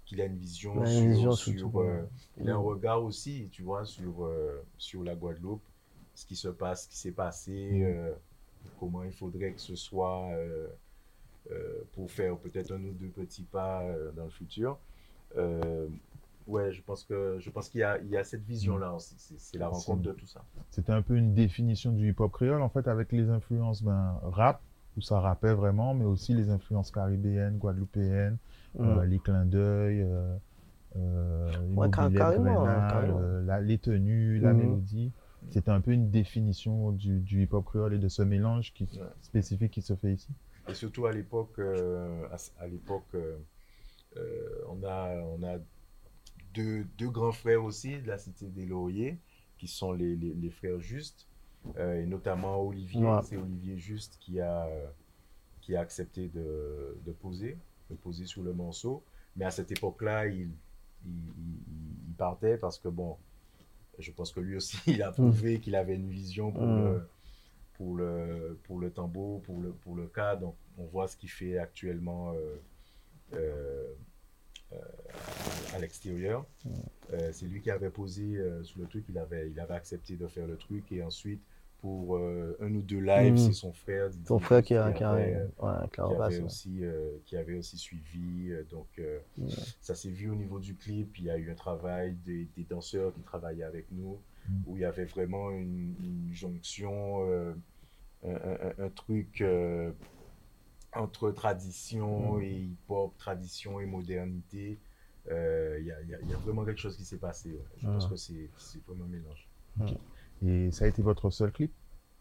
qu'il a une vision Il a sur, une vision sur, surtout, euh, ouais. il a un Mm. regard aussi, tu vois, sur, euh, sur la Guadeloupe, ce qui se passe, ce qui s'est passé, Mm. euh, comment il faudrait que ce soit euh, euh, pour faire peut-être un ou deux petits pas euh, dans le futur. Euh, ouais, je pense que je pense qu'il y a, il y a cette vision-là aussi. C'est, c'est la rencontre de tout ça. C'était un peu une définition du hip-hop créole, en fait, avec les influences ben, rap, où ça rappait vraiment, mais aussi les influences caribéennes, guadeloupéennes, Mm. euh, les clins d'œil, euh, euh, les Ouais, car- mobylettes carrément, hein, Grenal, carrément. euh, la- les tenues, la Mhm. mélodie. C'était un peu une définition du, du hip-hop créole et de ce mélange qui, Ouais. spécifique qui se fait ici. Et surtout à l'époque, euh, à, à l'époque, euh, euh, on a, on a deux, deux grands frères aussi de la cité des Lauriers, qui sont les, les, les frères Juste, euh, et notamment Olivier. Ouais. C'est Olivier Juste qui a, euh, qui a accepté de, de poser, de poser sur le morceau. Mais à cette époque-là, il, il, il, il partait parce que, bon, je pense que lui aussi, il a prouvé qu'il avait une vision pour, Mm. le, pour, le, pour le tambour, pour le, pour le cas. Donc, on voit ce qu'il fait actuellement euh, euh, euh, à l'extérieur. Euh, c'est lui qui avait posé euh, sur le truc, il avait, il avait accepté de faire le truc. Et ensuite, pour euh, un ou deux lives, Mm. c'est son frère, Didier Ton frère Juste, qui a, qui qui a, avait, euh, ouais, qui a qui avait repassé. aussi, euh, qui avait aussi suivi. euh, Donc, euh, Mm. ça s'est vu au niveau du clip. Il y a eu un travail des, des danseurs qui travaillaient avec nous, Mm. où il y avait vraiment une, une jonction, euh, un, un- un truc euh, entre tradition Mm. et hip-hop, tradition et modernité. Euh, Il y, a, il y a- il y a vraiment quelque chose qui s'est passé. Ouais. Je pense Mm. que c'est c'est vraiment un mélange. Et ça a été votre seul clip?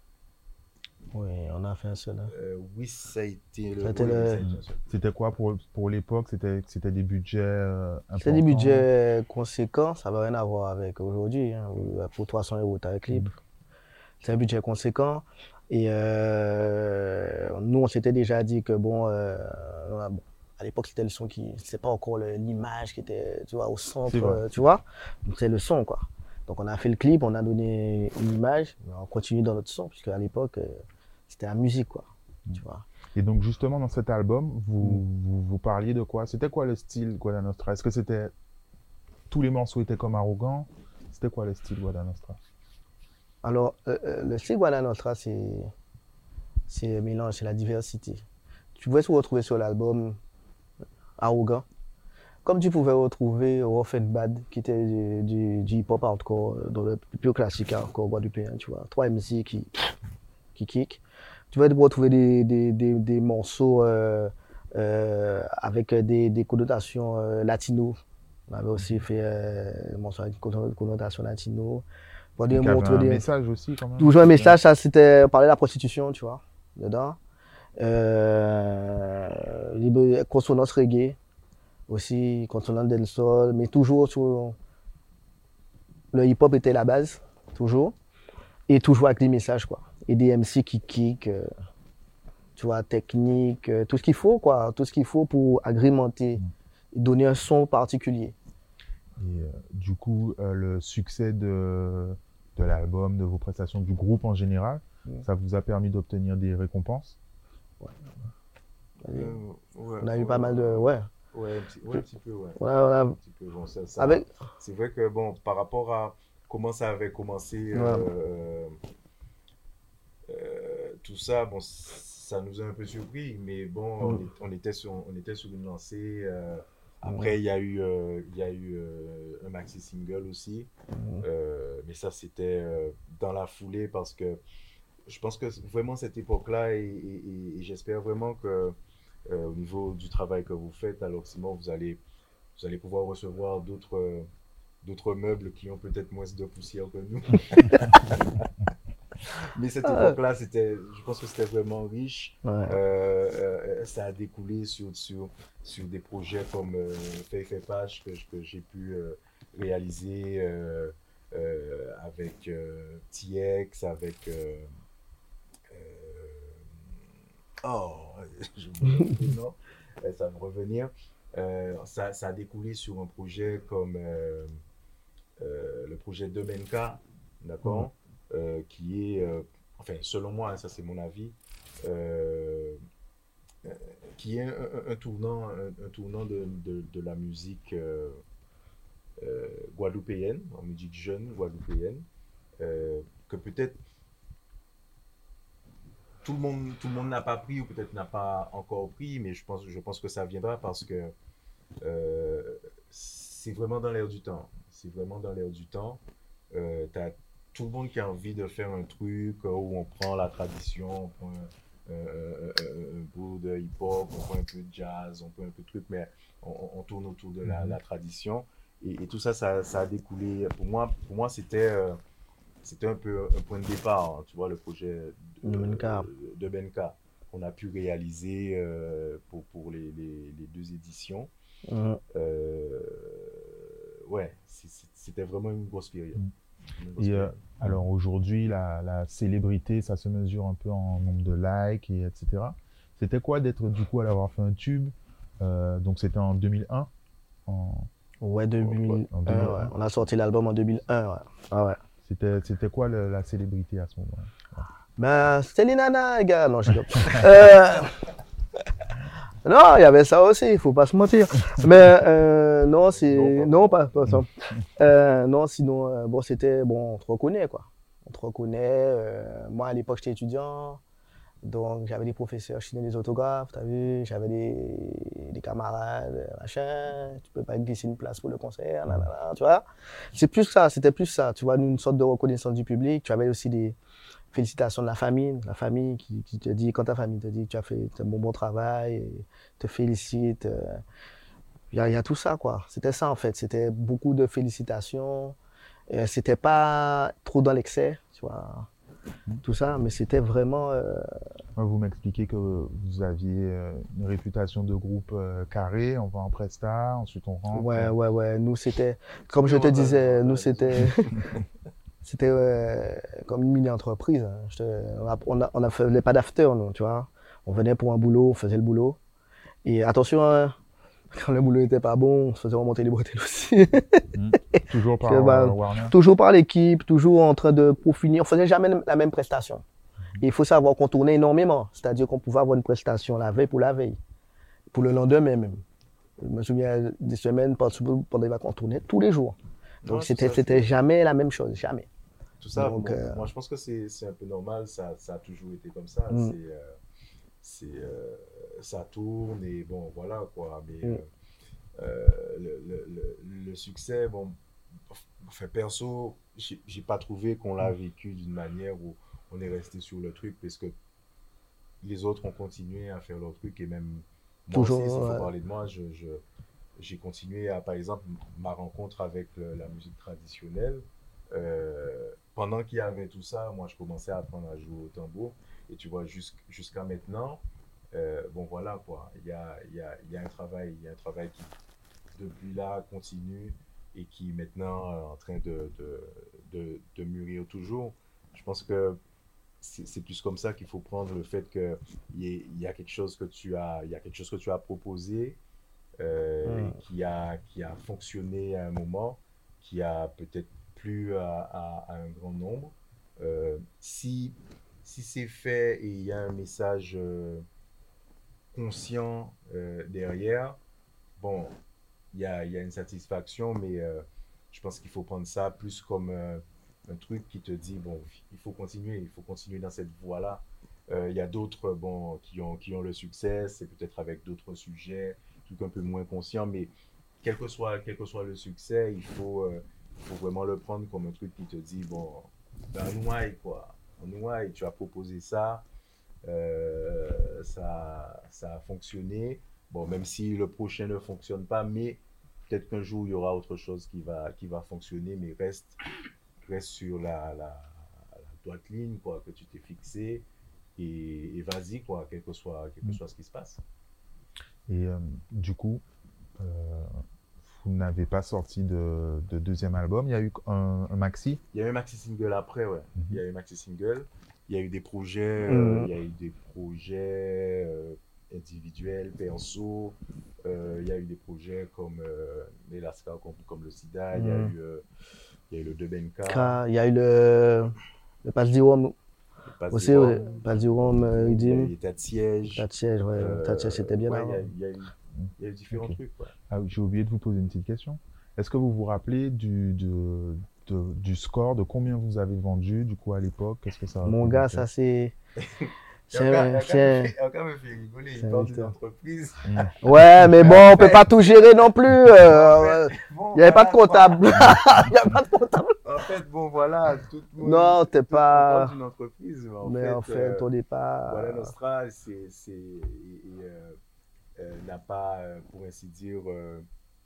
Oui, on a fait un seul. Hein. Euh, oui, ça a été le. C'était oui, le- oui, ça a été un seul. C'était quoi pour, pour l'époque? C'était, c'était des budgets euh, C'est des importants? budgets conséquents, ça n'a rien à voir avec aujourd'hui. Hein. Pour trois cents euros, tu as un clip. Mhm. C'est un budget conséquent. Et euh, nous, on s'était déjà dit que, bon, euh, bon, à l'époque, c'était le son qui. C'est pas encore le- l'image qui était, tu vois, au C'est centre, vrai. euh, tu vois. Donc, c'est le son, quoi. Donc, on a fait le clip, on a donné une image, mais on continue dans notre son, puisque à l'époque, euh, c'était la musique, quoi. Tu vois. Et donc, justement, dans cet album, vous, vous, vous parliez de quoi? C'était quoi le style Guada Nostra? Est-ce que c'était. Tous les morceaux étaient comme arrogants? C'était quoi le style Guada Nostra? Alors, euh, euh, le style Guada Nostra, c'est c'est le mélange, c'est la diversité. Tu pouvais se retrouver sur l'album Arrogant, comme tu pouvais retrouver Rough and Bad, qui était du, du, du hip-hop hardcore, euh, dans le plus classique hardcore guadeloupéen, tu vois. Trois M C qui, qui kick. Tu vas retrouver des, des, des, des morceaux euh, euh, avec des, des connotations euh, latino. On avait aussi fait euh, des morceaux avec des connotations latino. Pour des Donc, il y avait montres, un des... message aussi, quand même. Toujours un message, ça c'était parler de la prostitution, tu vois, dedans. Euh, les consonances reggae, aussi, consonances dancehall, mais toujours sur. Le hip-hop était la base, toujours. Et toujours avec des messages, quoi. Et des M C qui kick, euh, tu vois, technique, euh, tout ce qu'il faut, quoi. Tout ce qu'il faut pour agrémenter et donner un son particulier. Et euh, du coup, euh, le succès de, de l'album, de vos prestations, du groupe en général, Mm. ça vous a permis d'obtenir des récompenses? Euh, ouais, On a eu ouais, pas mal de. Ouais. Ouais, un petit, ouais, un petit peu, ouais. Ouais, on a- Un petit peu, bon, ça, ça- Avec. C'est vrai que, bon, par rapport à comment ça avait commencé, Ouais. euh, euh, tout ça, bon, ça nous a un peu surpris, mais bon, on, Mm. est- on était sur, on était sur une lancée. euh, après, il y a eu, euh, il y a eu euh, un maxi single aussi, Mm. euh, mais ça, c'était euh, dans la foulée parce que je pense que vraiment cette époque-là, et, et- et- et j'espère vraiment que euh, au niveau du travail que vous faites à l'Occident, vous allez, vous allez pouvoir recevoir d'autres euh, d'autres meubles qui ont peut-être moins de poussière que nous. Mais cette Ah. époque-là, c'était, je pense que c'était vraiment riche. Ouais. Euh, euh, ça a découlé sur, sur, sur des projets comme euh, Fay Fay Page que, que j'ai pu euh, réaliser euh, euh, avec euh, T X, avec. Euh, euh, oh, je me non, ça va me revenir. Euh, ça, ça a découlé sur un projet comme euh, euh, le projet Domenka, d'accord, euh, qui est, euh, enfin, selon moi, hein, ça c'est mon avis, euh, qui est un, un- un tournant, un, un tournant de, de- de la musique euh, euh, guadeloupéenne, en musique jeune guadeloupéenne, euh, que peut-être tout le monde, tout le monde n'a pas pris ou peut-être n'a pas encore pris, mais je pense, je pense que ça viendra parce que euh, c'est vraiment dans l'air du temps. C'est vraiment dans l'air du temps. Euh, t'as tout le monde qui a envie de faire un truc euh, où on prend la tradition, on prend un, un- un- un bout de hip-hop, on prend un peu de jazz, on prend un peu de truc, mais on, on tourne autour de la, la tradition. Et, et tout ça, ça, ça a découlé. Pour moi, pour moi c'était euh, c'était un peu un point de départ, hein, tu vois, le projet Le Benka. de, de Benka qu'on a pu réaliser euh, pour, pour les, les, les deux éditions. Mhm. Euh, ouais, c'est- c'est- c'était vraiment une grosse période. Une grosse Et euh, période. alors aujourd'hui, la, la célébrité, ça se mesure un peu en nombre de likes, et etc. C'était quoi d'être du coup à l'avoir fait un tube? Euh, donc c'était en deux mille un. En, Ouais, deux mille un, en deux mille un. ouais. On a sorti l'album en deux mille un, ouais. Ah ouais. C'était, c'était quoi le- la célébrité à ce moment-là? Ben, c'était les nanas, les gars. Non, je rigole. Euh, non, il y avait ça aussi, il faut pas se mentir. Mais euh, non, c'est. Non, pas, pas ça. Euh, non, sinon, euh, bon, c'était. Bon, on te reconnaît, quoi. On te reconnaît. euh, moi, à l'époque, j'étais étudiant. Donc, j'avais des professeurs, je signais des autographes, t'as vu. J'avais des, des camarades, euh, machin. Tu peux pas glisser une place pour le concert, nanana, tu vois. C'est plus ça, c'était plus ça. Tu vois, une sorte de reconnaissance du public. Tu avais aussi des félicitations de la famille, la famille qui, qui te dit, quand ta famille te dit que tu as fait un bon, bon travail, et te félicite. euh, Il y a, il y a tout ça, quoi. C'était ça, en fait. C'était beaucoup de félicitations. Euh, c'était pas trop dans l'excès, tu vois, tout ça, mais c'était vraiment. euh, Ouais, vous m'expliquez que vous aviez euh, une réputation de groupe euh, carré, on va en presta, ensuite on rentre. Ouais, ouais, ouais. Nous, c'était. Comme je Oui, te on va- disais, on nous, va- c'était. C'était euh, comme une mini-entreprise, hein. Je te- on a, on a, on a fait pas d'after, nous, tu vois. On venait pour un boulot, on faisait le boulot. Et attention, hein, quand le boulot n'était pas bon, on se faisait remonter les bretelles aussi. Hmm. Toujours Parce par que, bah, euh, Warner. toujours par l'équipe, toujours en train de peaufiner. On faisait jamais la même prestation. Et il faut savoir qu'on tournait énormément. C'est-à-dire qu'on pouvait avoir une prestation la veille pour la veille, pour le lendemain même. Je me souviens des semaines, pendant pendant les vacances, on tournait tous les jours. Non, Donc tout c'était ça, c'était c'est- jamais la même chose, jamais. tout ça, Donc, bon, euh, moi je pense que c'est c'est un peu normal, ça, ça a toujours été comme ça. Mm. C'est, euh, c'est, euh, ça tourne et bon, voilà quoi. Mais Mm. euh, euh, le, le- le- le succès, bon, enfin, perso, j'ai j'ai pas trouvé qu'on l'a vécu d'une manière où on est resté sur le truc parce que les autres ont continué à faire leur truc et même moi Toujours, aussi, s'il faut ouais. parler de moi, je, je- j'ai continué à, par exemple, ma rencontre avec le- la musique traditionnelle. euh, pendant qu'il y avait tout ça, moi, je commençais à apprendre à jouer au tambour. Et tu vois, jusqu'- jusqu'à maintenant, euh, bon, voilà, quoi. Il y a, il y a, il y a un travail, il y a un travail qui, depuis là, continue et qui, maintenant, est en train de, de, de, de mûrir toujours. Je pense que c'est c'est plus comme ça qu'il faut prendre le fait qu'il y, ait- il y a quelque chose que tu as, il y a quelque chose que tu as proposé euh, Mm. qui a, qui a fonctionné à un moment, qui a peut-être plu à, à- à un grand nombre. Euh, si si c'est fait et il y a un message euh, conscient euh, derrière, bon, il y a, il y a une satisfaction, mais euh, je pense qu'il faut prendre ça plus comme euh, un truc qui te dit, bon, il faut continuer, il faut continuer dans cette voie-là. Euh, Il y a d'autres, bon, qui ont, qui ont le succès, c'est peut-être avec d'autres sujets, trucs un peu moins conscients, mais quel que soit, quel que soit le succès, il faut, euh, il faut vraiment le prendre comme un truc qui te dit, bon, ben, nouaille, quoi. Nouaille, tu as proposé ça, euh, ça, ça a fonctionné. Bon, même si le prochain ne fonctionne pas, mais peut-être qu'un jour, il y aura autre chose qui va, qui va fonctionner, mais reste, reste sur la, la, la droite ligne, quoi, que tu t'es fixé, et, et vas-y, quoi, quel que soit, quel que soit ce qui se passe. Et euh, du coup, euh, vous n'avez pas sorti de, de deuxième album. Il y a eu un, un maxi. Il y a eu un maxi single après, ouais. Mhm. Il y a eu un maxi single. Il y a eu des projets, euh, Mhm. il y a eu des projets euh, individuels, perso. Euh, il y a eu des projets comme euh, Melaska, comme, comme le SIDA. Il y a Mhm. eu, euh, il y a eu le deux Benka. Ka- Il y a eu le, le Passe du Rhum. Le Passe Aussi, du ouais, Rhum, Passe du Rhum, euh, il y a Redeem, eu État de siège. État de siège, ouais, euh, État de siège, c'était bien ouais, avant. il y a- il y a eu- il y a eu différents Ok. trucs. Ouais. Ah, oui, j'ai oublié de vous poser une petite question. Est-ce que vous vous rappelez du, de- de- du score, de combien vous avez vendu du coup à l'époque? Qu'est-ce que ça Mon gars, représentait? ça c'est. Et C'est encore, un- encore, c'est me un- fait, encore me fait rigoler, c'est il un parle d'une mystère. entreprise. Mm. Ouais, mais bon, on peut pas tout gérer non plus. euh, Bon, Il n'y avait pas de voilà, comptable. Il n'y avait pas de comptable. En fait, bon, voilà, tout le monde. Non, t'es tout- pas- On parle d'une entreprise, mais en Mais fait, en fait, euh, on n'est pas. Guada Nostra, c'est, c'est, et- et, euh, euh, n'a pas, euh, pour ainsi dire, euh,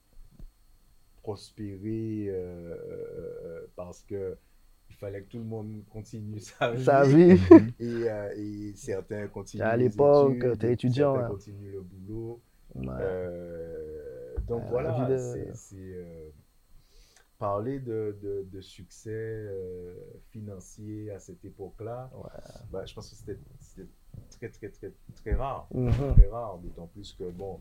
prospéré euh, euh, parce que il fallait que tout le monde continue sa vie. Sa vie. Et, euh, et certains continuent À les l'époque, études, t'es et étudiant, certains hein. continuent le boulot. Ouais. Euh, donc Ouais, la voilà, vie de- c'est, c'est, euh, parler de, de, de succès euh, financier à cette époque-là, Ouais. bah, je pense que c'était, c'était très, très, très, très rare. Mhm. Très rare, d'autant plus que, bon,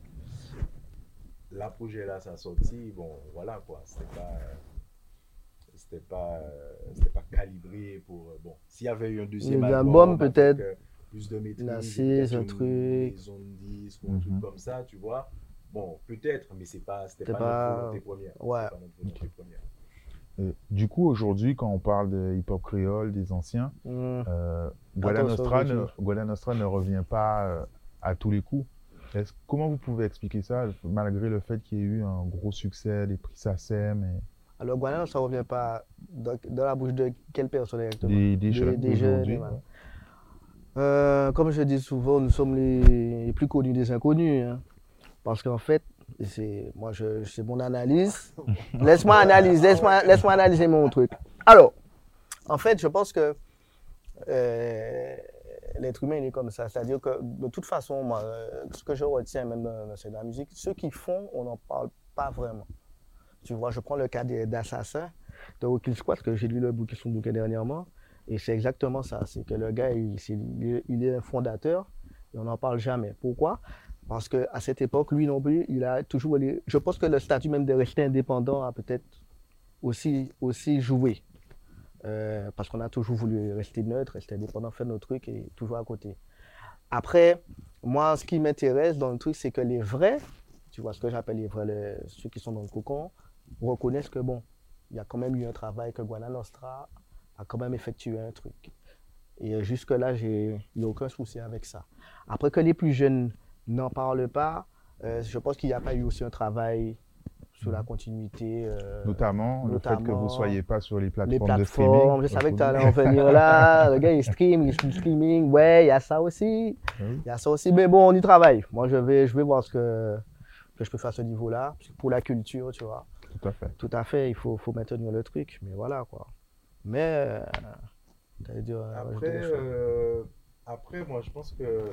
la projet là, ça a sorti, bon, voilà quoi, c'était pas, euh, c'était pas, euh, c'était pas calibré pour, euh, bon, s'il y avait eu un deuxième Un album, album, avec, peut-être, euh, plus de maîtrise, une et assise, peut-être un une truc. maison de disques ou un truc Mhm. comme ça, tu vois, bon, peut-être, mais c'est pas, c'était C'était pas, pas- notre volonté première. Ouais. C'était pas notre volonté première. Euh, du coup, aujourd'hui, quand on parle de hip-hop créole, des anciens, Mhm. euh, Guada Attention, Nostra ne, Roger. Guada Nostra ne revient pas euh, à tous les coups. Est-ce- comment vous pouvez expliquer ça, malgré le fait qu'il y ait eu un gros succès, des prix SACEM et Alors, Guana, ça ne revient pas dans, dans la bouche de quelle personne exactement? des, des jeunes des jeunes, d'aujourd'hui? ouais. Ouais. Euh, comme je dis souvent, nous sommes les, les plus connus des inconnus, hein. Parce qu'en fait, c'est moi, je, c'est mon analyse. Laisse-moi analyser, laisse-moi, laisse-moi analyser mon truc. Alors, en fait, je pense que euh, l'être humain il est comme ça. C'est-à-dire que de toute façon, moi, euh, ce que je retiens même dans, dans la musique, ceux qui font, on n'en parle pas vraiment. Tu vois, je prends le cas des- d'Assassin, de Rockil Squad, que j'ai lu le bouquin, son bouquin dernièrement, et c'est exactement ça. C'est que le gars, il, c'est- il est- il est un fondateur, et on n'en parle jamais. Pourquoi? Parce qu'à cette époque, lui non plus, il a toujours. les- Je pense que le statut même de rester indépendant a peut-être aussi, aussi joué. Euh, parce qu'on a toujours voulu rester neutre, rester indépendant, faire nos trucs et toujours à côté. Après, moi, ce qui m'intéresse dans le truc, c'est que les vrais, tu vois ce que j'appelle les vrais, les- ceux qui sont dans le cocon, reconnaissent que bon, il y a quand même eu un travail, que Guana Nostra a quand même effectué un truc. Et jusque-là, j'ai- il n'y a aucun souci avec ça. Après que les plus jeunes n'en parlent pas, euh, je pense qu'il n'y a pas eu aussi un travail sur la continuité. euh, Notamment, le fait que vous ne notamment soyez pas sur les les plateformes, de plateformes, streaming. je savais que tu reconnues. allais en venir là. Le gars, il stream, il stream streaming. Ouais, il y a ça aussi. Oui. Il y a ça aussi. Mais bon, on y travaille. Moi, je vais, je vais voir ce que, que je peux faire à ce niveau-là. Pour la culture, tu vois. Tout à fait. Tout à fait, il faut, faut maintenir le truc. Mais voilà, quoi. Mais, euh, t'allais dire, euh, Après, rajouter des choses. euh, après, moi, je pense que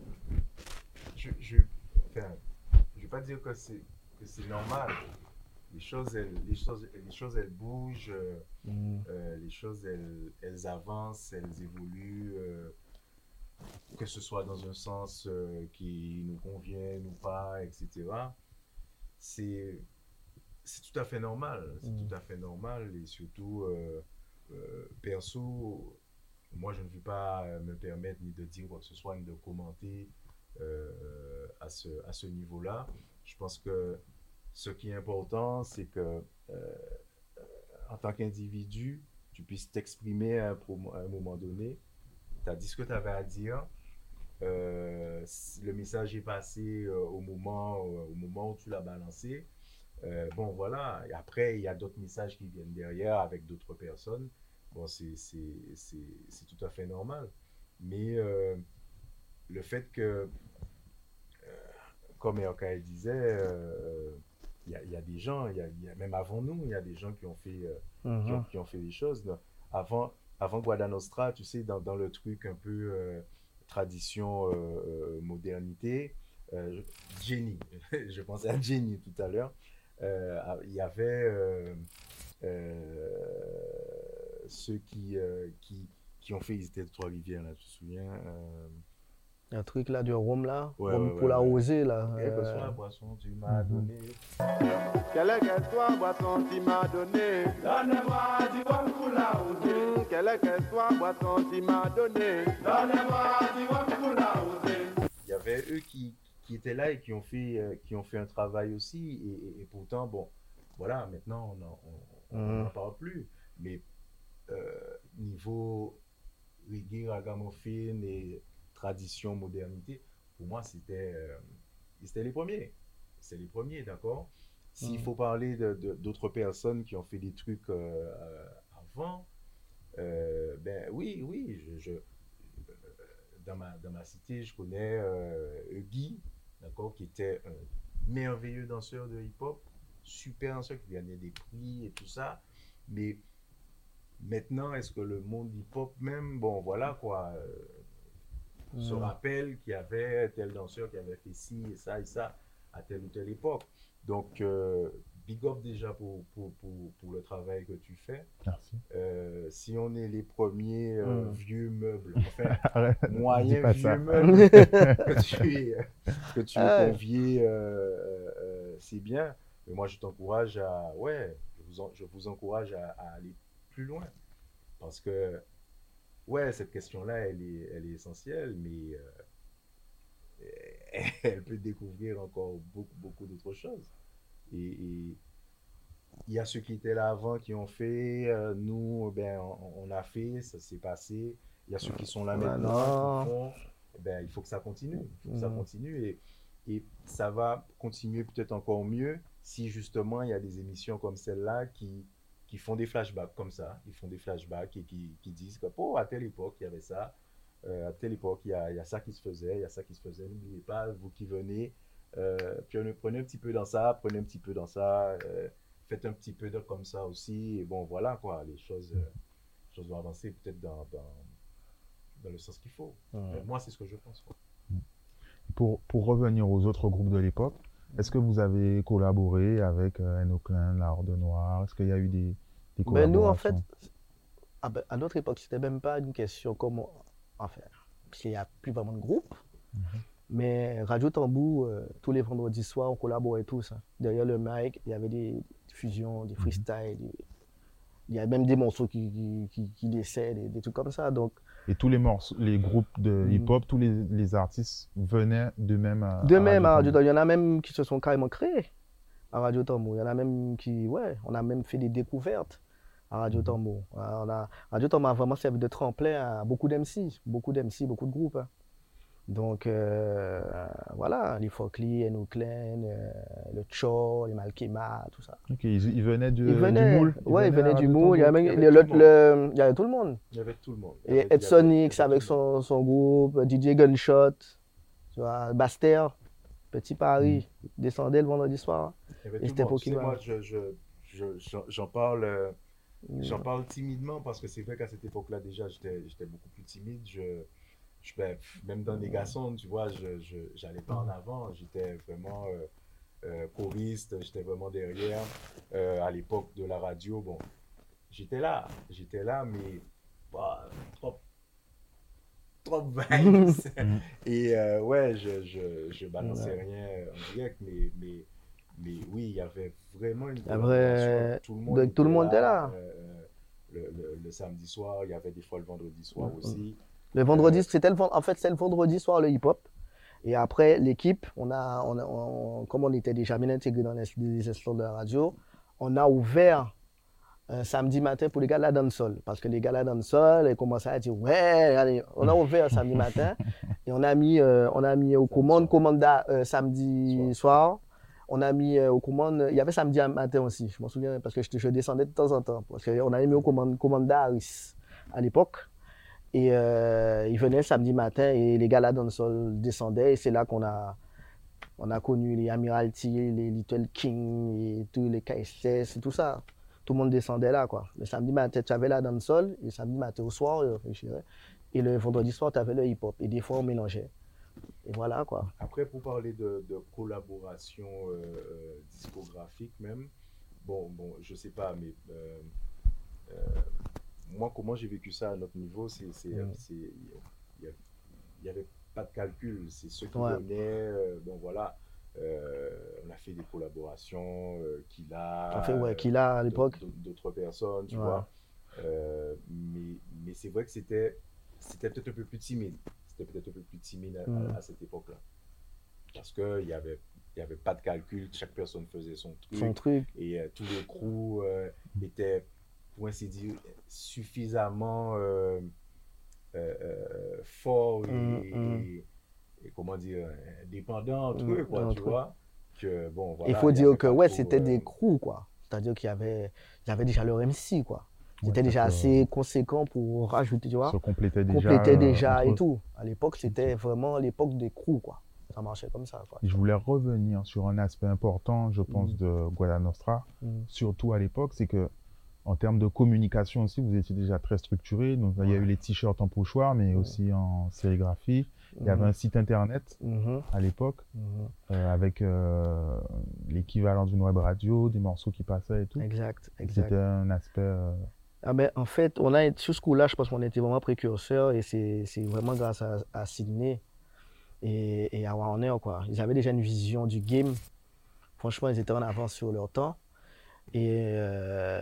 je, je, enfin, je vais pas dire que c'est que c'est normal. Les choses, elles, les choses, les choses, elles bougent. euh, Mm. euh, les choses, elles, elles avancent, elles évoluent. euh, que ce soit dans un sens euh, qui nous convienne ou pas, et cetera. C'est c'est tout à fait normal. C'est Mm. tout à fait normal et surtout, euh, euh, perso, moi, je ne veux pas euh, me permettre ni de dire quoi que ce soit, ni de commenter euh, à ce, à ce niveau-là. Je pense que ce qui est important, c'est que, euh, en tant qu'individu, tu puisses t'exprimer à un, pro- à un moment donné. Tu as dit ce que tu avais à dire. Euh, si le message est passé euh, au, moment, euh, au moment où tu l'as balancé. Euh, bon, voilà. Et après, il y a d'autres messages qui viennent derrière avec d'autres personnes. Bon, c'est c'est- c'est- c'est tout à fait normal. Mais euh, le fait que, euh, comme Erkai disait, euh, il y, a- il y a des gens, il y a, il y a- même avant nous, il y a des gens qui ont fait, euh, qui, ont, Mhm. qui ont fait des choses. Donc, avant, avant Guada Nostra, tu sais, dans, dans le truc un peu euh, tradition, euh, euh, modernité, euh, je- Jenny, je pensais à Jenny tout à l'heure. Euh, il y avait euh, euh, ceux qui, euh, qui, qui ont fait Ils étaient de Trois-Rivières, là, tu te souviens euh, Un truc là, du rhum là, Ouais, rhum ouais, pour ouais, la ouais. rosée là. Quelle que euh, soit la boisson, tu m'as Mhm. donné. Quelle est que soit boisson tu m'as donné? Donne-moi du rhum pour la rosée. Quelle voulais qu'elle soit boisson, tu m'as donné. Donnez-moi du rhum pour l'arroser. Il y avait eux qui, qui étaient là et qui ont fait, euh, qui ont fait un travail aussi. Et, et, et pourtant, bon, voilà, maintenant, on n'en Mhm. parle plus. Mais euh, niveau reggae, ragamuffin et tradition, modernité, pour moi, c'était euh, c'était les premiers. C'est les premiers, d'accord? S'il Mhm. faut parler de- de- d'autres personnes qui ont fait des trucs euh, euh, avant, euh, ben oui, oui, je, je- dans ma, dans ma cité, je connais euh, Guy, d'accord, qui était un merveilleux danseur de hip-hop, super danseur qui gagnait des prix et tout ça. Mais maintenant, est-ce que le monde hip-hop même, bon, voilà quoi, euh, se Mhm. rappelle qu'il y avait tel danseur qui avait fait ci et ça et ça à telle ou telle époque. Donc, euh, big up déjà pour, pour, pour, pour le travail que tu fais. Merci. Euh, si on est les premiers euh, Mm. vieux meubles, enfin, Arrête, dis moyens pas vieux ça. meubles que tu es, que tu es Ah, convié, euh, euh, euh, c'est bien. Mais moi, je t'encourage à, ouais, je vous, en- je vous encourage à, à aller plus loin. Parce que, ouais, cette question-là, elle est, elle est essentielle, mais euh, elle peut découvrir encore beaucoup, beaucoup d'autres choses. Et, et il y a ceux qui étaient là avant qui ont fait, euh, nous, ben, on, on a fait, ça s'est passé. Il y a ceux qui sont là maintenant qui maintenant. font, ben, il faut que ça continue. Il faut que ça Mhm. continue et, et ça va continuer peut-être encore mieux si justement il y a des émissions comme celle-là qui, qui font des flashbacks comme ça. Ils font des flashbacks et qui, qui disent que, oh, à telle époque, il y avait ça. Euh, à telle époque, il y, a, il y a ça qui se faisait, il y a ça qui se faisait. N'oubliez pas, vous qui venez, euh, prenez, prenez un petit peu dans ça, prenez un petit peu dans ça. Euh, faites un petit peu de comme ça aussi. Et bon, voilà quoi, les choses, euh, les choses vont avancer peut-être dans, dans, dans le sens qu'il faut. Mhm. Euh, moi, c'est ce que je pense. Quoi. Pour, pour revenir aux autres groupes de l'époque, est-ce que vous avez collaboré avec euh, Eno Klein, La Horde Noire? Est-ce qu'il y a eu des, des Ben nous, en fait, collaborations? à, ben, à notre époque, c'était même pas une question comment. Enfin, parce qu'il n'y a plus vraiment de groupe. Mhm. Mais Radio Tambou, euh, tous les vendredis soirs, on collaborait tous. Hein. Derrière le mic, il y avait des fusions, des Mhm. freestyles. des- Il y a même des morceaux qui, qui, qui, qui décèdent, des, des trucs comme ça. Donc, Et tous les morceaux, les groupes de mm, hip-hop, tous les, les artistes venaient d'eux-mêmes à, de à même, Radio à Radio Tambou. Tambou, il y en a même qui se sont carrément créés à Radio Tambou. Il y en a même qui, ouais, on a même fait des découvertes à Radio Mhm. Tambou. On a, Radio Tambou a vraiment servi de tremplin à beaucoup d'M C, beaucoup d'M C, beaucoup de groupes. Hein. Donc, euh, voilà, les Fokli, Eno Klein, euh, le Cho, les Malkema, tout ça. Ok, ils, ils venaient du, Ils du venaient, moule. Ils ouais, ils venaient à venaient du Radio moule. Il y Tambou. avait, Il y le, avait tout le- le monde. le- il y avait tout le monde. Il y avait tout le monde. Il y Et avait, Ed il y avait- il y Sonix avait avec tout le monde. son, son groupe, D J Gunshot, tu vois, Baster, Petit Paris, descendait le vendredi soir. Il y avait Et tout le c'était monde. Tu sais, Pokémon. moi, je, je, je- j'en j'en parle, euh, j'en parle timidement parce que c'est vrai qu'à cette époque-là, déjà, j'étais j'étais beaucoup plus timide. Je, je, ben, pff, même dans les garçons, tu vois, je je- j'allais pas en avant. J'étais vraiment euh, euh, choriste, j'étais vraiment derrière. Euh, à l'époque de la radio, bon, j'étais là, j'étais là, mais bah, trop, trop vibes. Mhm. Et euh, ouais, je, je, je balançais Ouais. rien en direct, mais, mais, mais oui, il y avait vraiment une Après, collaboration. Tout le monde donc, tout le était monde était là. là. euh, le, le- le samedi soir, il y avait des fois le vendredi soir aussi. Le vendredi, Euh, c'était le, ven- en fait, c'est le vendredi soir le hip-hop. Et après, l'équipe, on a, on a- on- comme on était déjà bien intégré dans les, les instants de la radio, on a ouvert un samedi matin pour les gars de la dancehall. Parce que les gars de la dancehall, ils commençaient à dire, ouais, allez, on a ouvert un samedi matin. Et on a mis, euh, on a mis aux commandes, soir. commanda euh, samedi soir. On a mis euh, aux commandes, il y avait samedi matin aussi, je m'en souviens, parce que je, je descendais de temps en temps. Parce qu'on avait mis aux commandes, commanda Harris à l'époque. Et euh, ils venaient le samedi matin et les gars là dans le sol descendaient. Et c'est là qu'on a, on a connu les Admiralty, les Little King, et tous les K S S et tout ça. Tout le monde descendait là, quoi. Le samedi matin, tu avais la dancehall, et le samedi matin au soir, euh, je dirais. Et le vendredi soir, tu avais le hip-hop. Et des fois, on mélangeait. Et voilà, quoi. Après, pour parler de, de collaboration euh, euh, discographique même, bon, bon, je sais pas, mais euh, euh, moi, comment j'ai vécu ça à notre niveau, c'est, c'est, Mm. c'est- il n'y avait pas de calcul. C'est ceux qui Ouais. venaient, euh, bon voilà, euh, on a fait des collaborations, euh, Killa, En fait, ouais, euh, Killa à l'époque. d'autres- d'autres personnes, tu Ouais. vois. Euh, mais, mais c'est vrai que c'était, c'était peut-être un peu plus timide. C'était peut-être un peu plus timide à, Mm. à- à cette époque-là. Parce qu'il n'y avait, il y avait pas de calcul, chaque personne faisait son truc. Son truc. Et euh, tout le crew euh, était, pour ainsi dire, suffisamment euh, euh, euh, fort et, Mm, mm. et- et, comment dire, dépendant entre Mm, eux, quoi, tu entre eux. vois. Que, bon, Il voilà, faut il y dire avait que pas ouais, trop, c'était euh, des crews, quoi. C'est-à-dire qu'il y avait, il y avait déjà leur M C, quoi. Ils Ouais, étaient déjà ça se- assez conséquents pour rajouter, tu vois. se complétaient déjà. Complétaient euh, déjà entre et eux. tout. À l'époque, c'était vraiment l'époque des crews, quoi. Ça marchait comme ça, quoi. Et je voulais revenir sur un aspect important, je pense, Mm. de Guada Nostra, Mm. surtout à l'époque, c'est que en termes de communication aussi, vous étiez déjà très structuré. Donc, il y a eu les t-shirts en pochoir, mais aussi en sérigraphie. Il y avait un site internet Mhm. à l'époque, Mhm. euh, avec euh, l'équivalent d'une web radio, des morceaux qui passaient et tout. Exact, Et exact. c'était un aspect. euh, Ah ben, en fait, on a été- sur ce coup-là, je pense qu'on était vraiment précurseurs et c'est c'est vraiment grâce à, à Sydney et, et à Warner, quoi. Ils avaient déjà une vision du game. Franchement, ils étaient en avance sur leur temps. Et euh,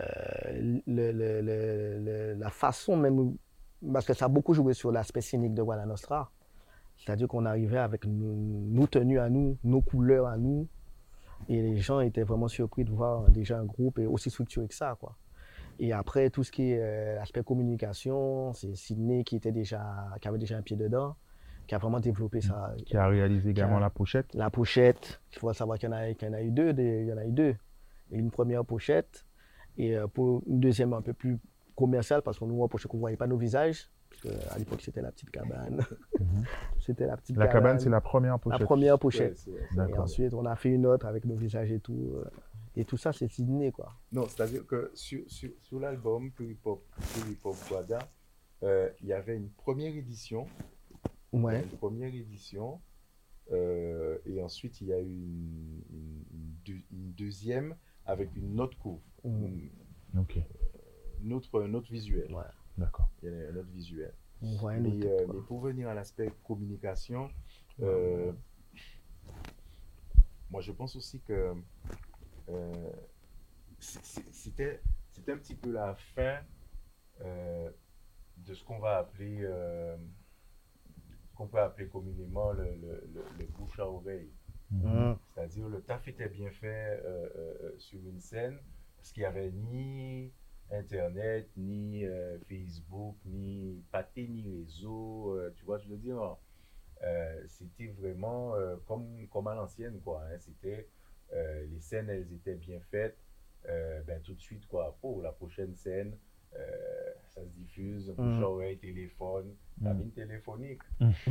le- le- le- le- la façon même, parce que ça a beaucoup joué sur l'aspect scénique de Guada Nostra. C'est-à-dire qu'on arrivait avec nos, nos tenues à nous, nos couleurs à nous. Et les gens étaient vraiment surpris de voir déjà un groupe et aussi structuré que ça, quoi. Et après, tout ce qui est euh, aspect communication, c'est Sydney qui, était déjà, qui avait déjà un pied dedans, qui a vraiment développé ça. qui a réalisé également a- la pochette. La pochette, il faut savoir qu'il y en a, qu'il y en a eu deux, des- il y en a eu deux. Une première pochette et euh, pour une deuxième un peu plus commerciale parce qu'on nous voit pochette qu'on ne voyait pas nos visages. Parce que à l'époque, c'était la petite cabane. Mhm. C'était la petite La cabane, cabane. c'est la première La pochette. première ouais, pochette. c'est- Et D'accord. ensuite, on a fait une autre avec nos visages et tout. euh, Et tout ça, c'est Sydney, quoi. Non, c'est-à-dire que sur, sur, sur l'album Pure Hip Hop, Pure Hip Hop Guada, euh, il y avait une première édition. Il y Ouais. avait une première édition. euh, et ensuite, il y a eu une, une- une deux- une deuxième avec une autre couve, Mhm. une, Ok, une autre, un autre visuel. Ouais. d'accord. Il y avait un autre visuel. On voyait Mais, nos têtes, euh, quoi. mais pour venir à l'aspect communication, euh, moi je pense aussi que euh, c'est- c'est- c'était c'était un petit peu la fin euh, de ce qu'on va appeler, euh, ce qu'on peut appeler communément le, le, le, le bouche à oreille. Mhm. C'est-à-dire le taf était bien fait euh, euh, sur une scène parce qu'il n'y avait ni Internet, ni euh, Facebook, ni pâté, ni réseau, euh, tu vois, je veux dire, euh, c'était vraiment euh, comme, comme à l'ancienne, quoi. Hein. C'était, euh, les scènes, elles étaient bien faites, euh, ben, tout de suite, quoi. Oh, la prochaine scène, euh, ça se diffuse, bouche Mm. à oreille, téléphone, Mm. cabine téléphonique,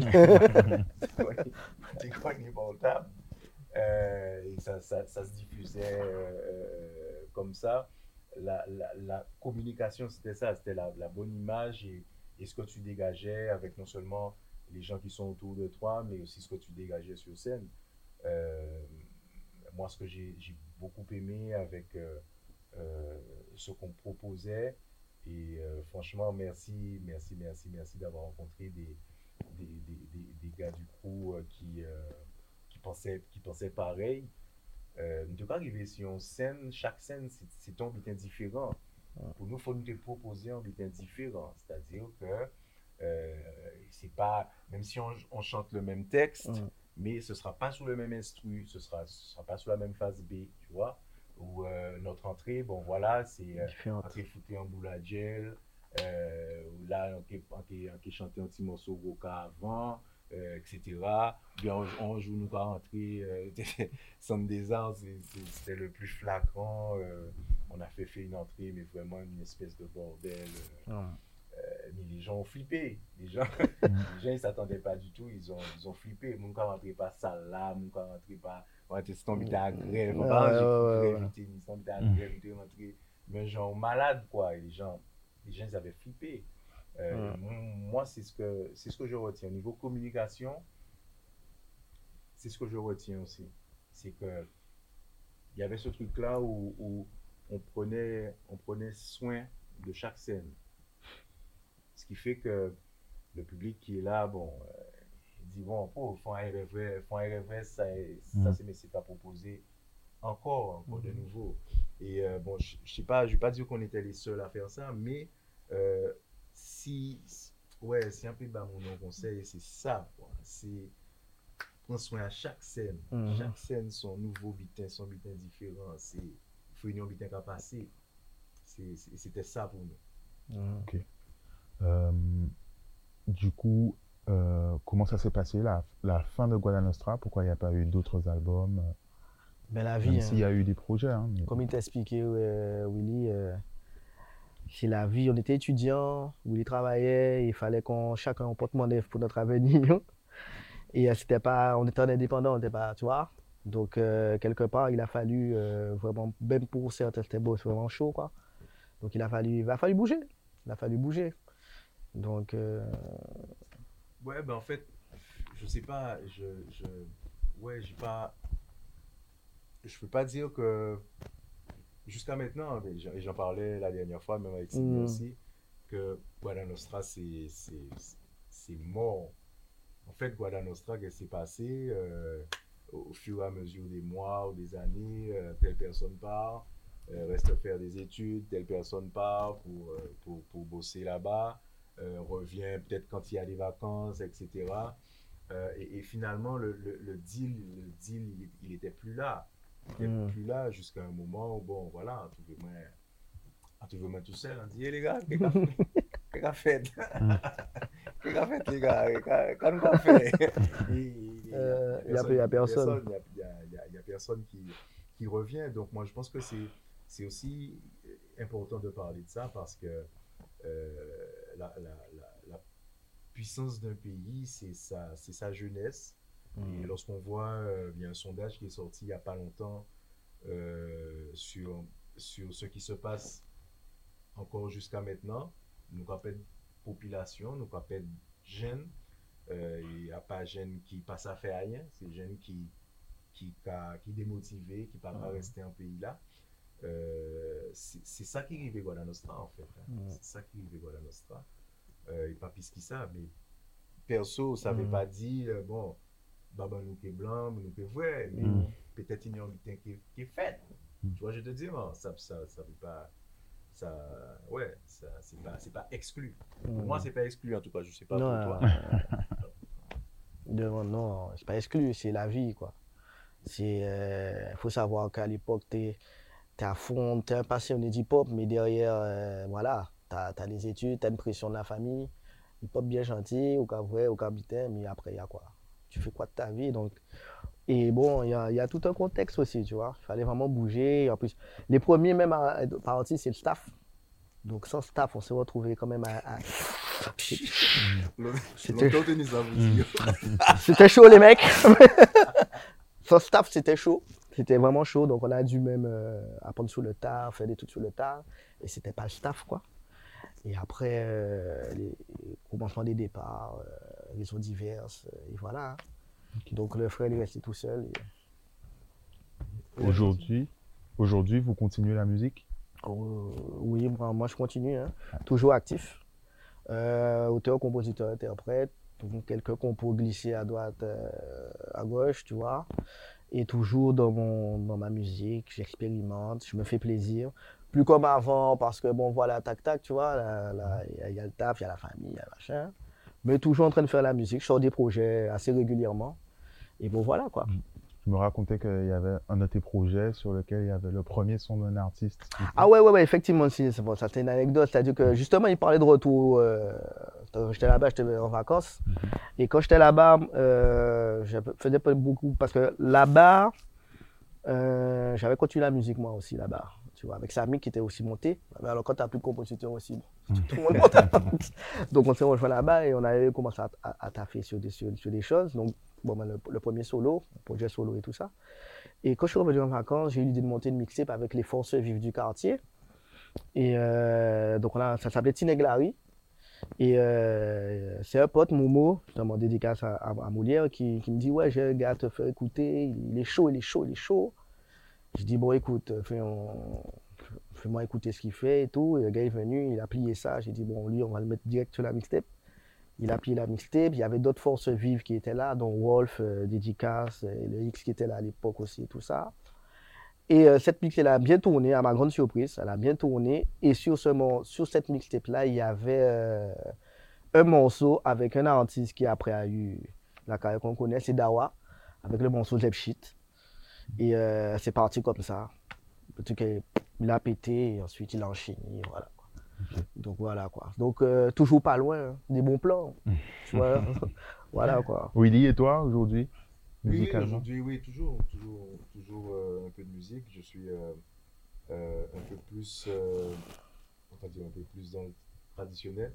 téléphone portable. Euh, et ça, ça, ça se diffusait euh, comme ça. La, la, la communication, c'était ça, c'était la, la bonne image et, et ce que tu dégageais avec non seulement les gens qui sont autour de toi, mais aussi ce que tu dégageais sur scène. Euh, moi, ce que j'ai j'ai beaucoup aimé avec euh, euh, ce qu'on proposait, et euh, franchement, merci, merci, merci, merci d'avoir rencontré des, des, des, des, des gars du crew euh, qui, euh, qui, pensaient, qui pensaient pareil. Euh, nous devons arriver sur une scène, chaque scène, c'est c'est un bulletin différent. Pour nous, il faut nous te proposer un bulletin différent. C'est-à-dire que euh, c'est pas, même si on, on chante le même texte, Mm. mais ce sera pas sur le même instru, ce sera, ce sera pas sur la même phase B, tu vois. Ou euh, notre entrée, bon voilà, c'est euh, Différente. entrée foutée en boule à gel. Euh, là, on qui on qui chanté un petit morceau Roca avant, euh, et cetera. Bien, on, on joue nous pas rentrer, euh, Centre des Arts, c'est- c'est- c'était le plus flagrant. Euh, on a fait, fait une entrée, mais vraiment une espèce de bordel. euh, Mm. euh, mais les gens ont flippé. Les gens, les gens ils s'attendaient pas du tout. Ils ont, ils ont flippé. Mon cas rentré pas ça là, mon cas rentré pas. On était tombé à grève. Ouais, Bah, ouais, j'ai ouais, grève, ouais. j'étais mis tombé à grève, j'étais rentré. Mais genre malade quoi. Et les gens, les gens ils avaient flippé. Euh, Mm. mon- Moi c'est ce que c'est ce que je retiens au niveau communication. C'est ce que je retiens aussi. C'est que il y avait ce truc là où, où on prenait on prenait soin de chaque scène. Ce qui fait que le public qui est là, bon, euh, il dit bon, pour font un R F S, font un R F S, ça, ça Mm. c'est mais c'est pas proposé encore, encore de nouveau. Et euh, bon, je je sais pas, je vais pas dire qu'on était les seuls à faire ça, mais euh, si, ouais, si un peu bah, mon conseil, c'est ça, quoi. C'est prendre soin à chaque scène. Mhm. Chaque scène, son nouveau butin, son butin différent. C'est, il faut une butin qui a passé. C'est- c'est- C'était ça pour nous. Mhm. Ok. Euh, du coup, euh, comment ça s'est passé la, la fin de Guada Nostra? Pourquoi il n'y a pas eu d'autres albums? Ben, la Même vie, s'il y hein. a eu des projets. Hein, mais- Comme il t'a expliqué, euh, Willy, euh, c'est la vie. On était étudiants, Willy travaillait, il fallait qu'on chacun on porte monnaie pour notre avenir. Et euh, c'était pas, on était indépendants, on était pas, tu vois. Donc, euh, quelque part, il a fallu euh, vraiment, même pour certains, c'était beau, c'est vraiment chaud, quoi. Donc, il a fallu, il a fallu bouger. Il a fallu bouger. Donc, euh, Ouais, ben en fait, je sais pas, je, je, ouais, j'ai pas, je peux pas dire que jusqu'à maintenant, mais j'en j'en parlais la dernière fois, même avec Sylvie Mm. aussi, que Guada Nostra, c'est c'est- c'est mort. En fait, Guada Nostra, qu'est-ce qui s'est passé euh, au, au fur et à mesure des mois ou des années, euh, telle personne part, euh, reste faire des études, telle personne part pour, euh, pour, pour bosser là-bas, euh, revient peut-être quand il y a des vacances, et cetera. Euh, et, et finalement, le, le, le deal, le deal il, il était plus là. Il était Mm. plus là jusqu'à un moment où, bon, voilà, on trouvait moins, on trouvait moins tout seul. On dit, hey, les gars, qu'est-ce qu'on fait? Qu'est-ce qu'on fait? Qu'est-ce qu'on fait, les gars? Qu'est-ce qu'on fait? Il n'y a, Euh, il y a il y a personne, personne. il y a, il y a- il y a- il y a personne qui, qui revient. Donc, moi, je pense que c'est c'est aussi important de parler de ça parce que euh, la, la, la, la puissance d'un pays, c'est sa, c'est sa jeunesse. Et Mm. lorsqu'on voit, euh, il y a un sondage qui est sorti il n'y a pas longtemps euh, sur, sur ce qui se passe encore jusqu'à maintenant, nous rappelle population, nous rappelle jeunes. Euh, Il n'y a pas jeunes qui passent à faire rien, c'est jeunes qui qui ca- qui démotivés, qui ne peuvent pas rester en pays là. Euh, c'est c'est ça qui arrive Guada Nostra en fait. Hein. Mm. C'est ça qui arrive Guada Nostra. Euh, et pas plus que ça, mais perso, ça ne veut Mm. pas dire, euh, bon, Baba nous qui est blanc, nous qui est vrai, mais Mm. peut-être il y a un butin qui, est- qui est fait. Mm. Tu vois, je te dis, non, ça ça, ça veut pas. Ça, ouais, ça, c'est pas, c'est pas exclu. Pour Mm. moi, c'est pas exclu en tout cas, je sais pas Non, pour toi. euh, de- non, c'est pas exclu, c'est la vie, quoi. C'est, euh, faut savoir qu'à l'époque, t'es, t'es à fond, t'es un passionné d'hip-hop, mais derrière, euh, voilà, t'as, t'as les études, t'as une pression de la famille, hip-hop bien gentil, au cas vrai, au cas bitin, mais après, il y a quoi? Tu fais quoi de ta vie? Donc, et bon, il y a, il y a tout un contexte aussi, tu vois. Il fallait vraiment bouger. En plus, les premiers même à être partis, c'est le staff. Donc, sans staff, on s'est retrouvé quand même à. à- C'était- Longtemps tennis à vous dire. C'était chaud, les mecs. Sans staff, c'était chaud. C'était vraiment chaud. Donc, on a dû même euh, apprendre sur le tard, faire des trucs sur le tard. Et c'était pas le staff, quoi. Et après, euh, les commencement des départs, euh, raisons diverses, euh, et voilà. hein. Donc, le frère, il est resté tout seul. et- Aujourd'hui, aujourd'hui, vous continuez la musique? Oh, oui, moi, moi, je continue, hein. Toujours actif. Euh, auteur, compositeur, interprète, donc quelques compos glissés à droite, euh, à gauche, tu vois. Et toujours dans, mon, dans ma musique, j'expérimente, je me fais plaisir. Plus comme avant, parce que bon, voilà, tac, tac, tu vois, là, là, il y, a- il y a le taf, il y a la famille, il y a machin. Mais toujours en train de faire la musique, je sors des projets assez régulièrement. Et bon, voilà, quoi. Tu me racontais qu'il y avait un de tes projets sur lequel il y avait le premier son d'un artiste. qui était- Ah ouais, ouais, ouais, effectivement, si, c'est bon, ça c'est une anecdote. C'est-à-dire que justement, il parlait de retour. euh, quand j'étais là-bas, j'étais en vacances. Et quand j'étais là-bas, euh, je faisais pas beaucoup. Parce que là-bas, euh, j'avais continué la musique moi aussi là-bas. Tu vois, avec Samy qui était aussi monté. Mais alors quand tu n'as plus de compositeur aussi, bon, tout le monde monte. Donc on s'est rejoint là-bas et on avait commencé à, à, à taffer sur des, sur, sur des choses. Donc bon, ben, le, le premier solo, le projet solo et tout ça. Et quand je suis revenu en vacances, j'ai eu l'idée de monter une mixtape avec les forces vives du quartier. Et euh, donc on a, ça s'appelait Tineglari. Et euh, c'est un pote, Momo, justement dédicace à, à, à Molière, qui, qui me dit ouais, j'ai un gars à te faire écouter, il est chaud, il est chaud, il est chaud. Je dis bon écoute, fais-moi écouter ce qu'il fait et tout. Et le gars est venu, il a plié ça. J'ai dit bon lui on va le mettre direct sur la mixtape. Il a plié la mixtape, il y avait d'autres forces vives qui étaient là, dont Wolf, euh, Dédicace, et le X qui était là à l'époque aussi, tout ça. Et euh, cette mixtape, elle a bien tourné, à ma grande surprise, elle a bien tourné. Et sur, ce, mon- sur cette mixtape-là, il y avait euh, un morceau avec un artiste qui après a eu la carrière qu'on connaît, c'est Dawa, avec le morceau Zep Shit. Et euh, c'est parti comme ça. Le truc, est- il a pété et ensuite il a enchaîné, voilà. Ok. Donc voilà quoi. Donc euh, toujours pas loin, hein, des bons plans, tu vois. Voilà quoi. Willy, et toi, aujourd'hui, Oui, oui, musicalement? aujourd'hui, oui, toujours, toujours, toujours euh, un peu de musique. Je suis euh, euh, un peu plus, euh, on va dire un peu plus dans le traditionnel.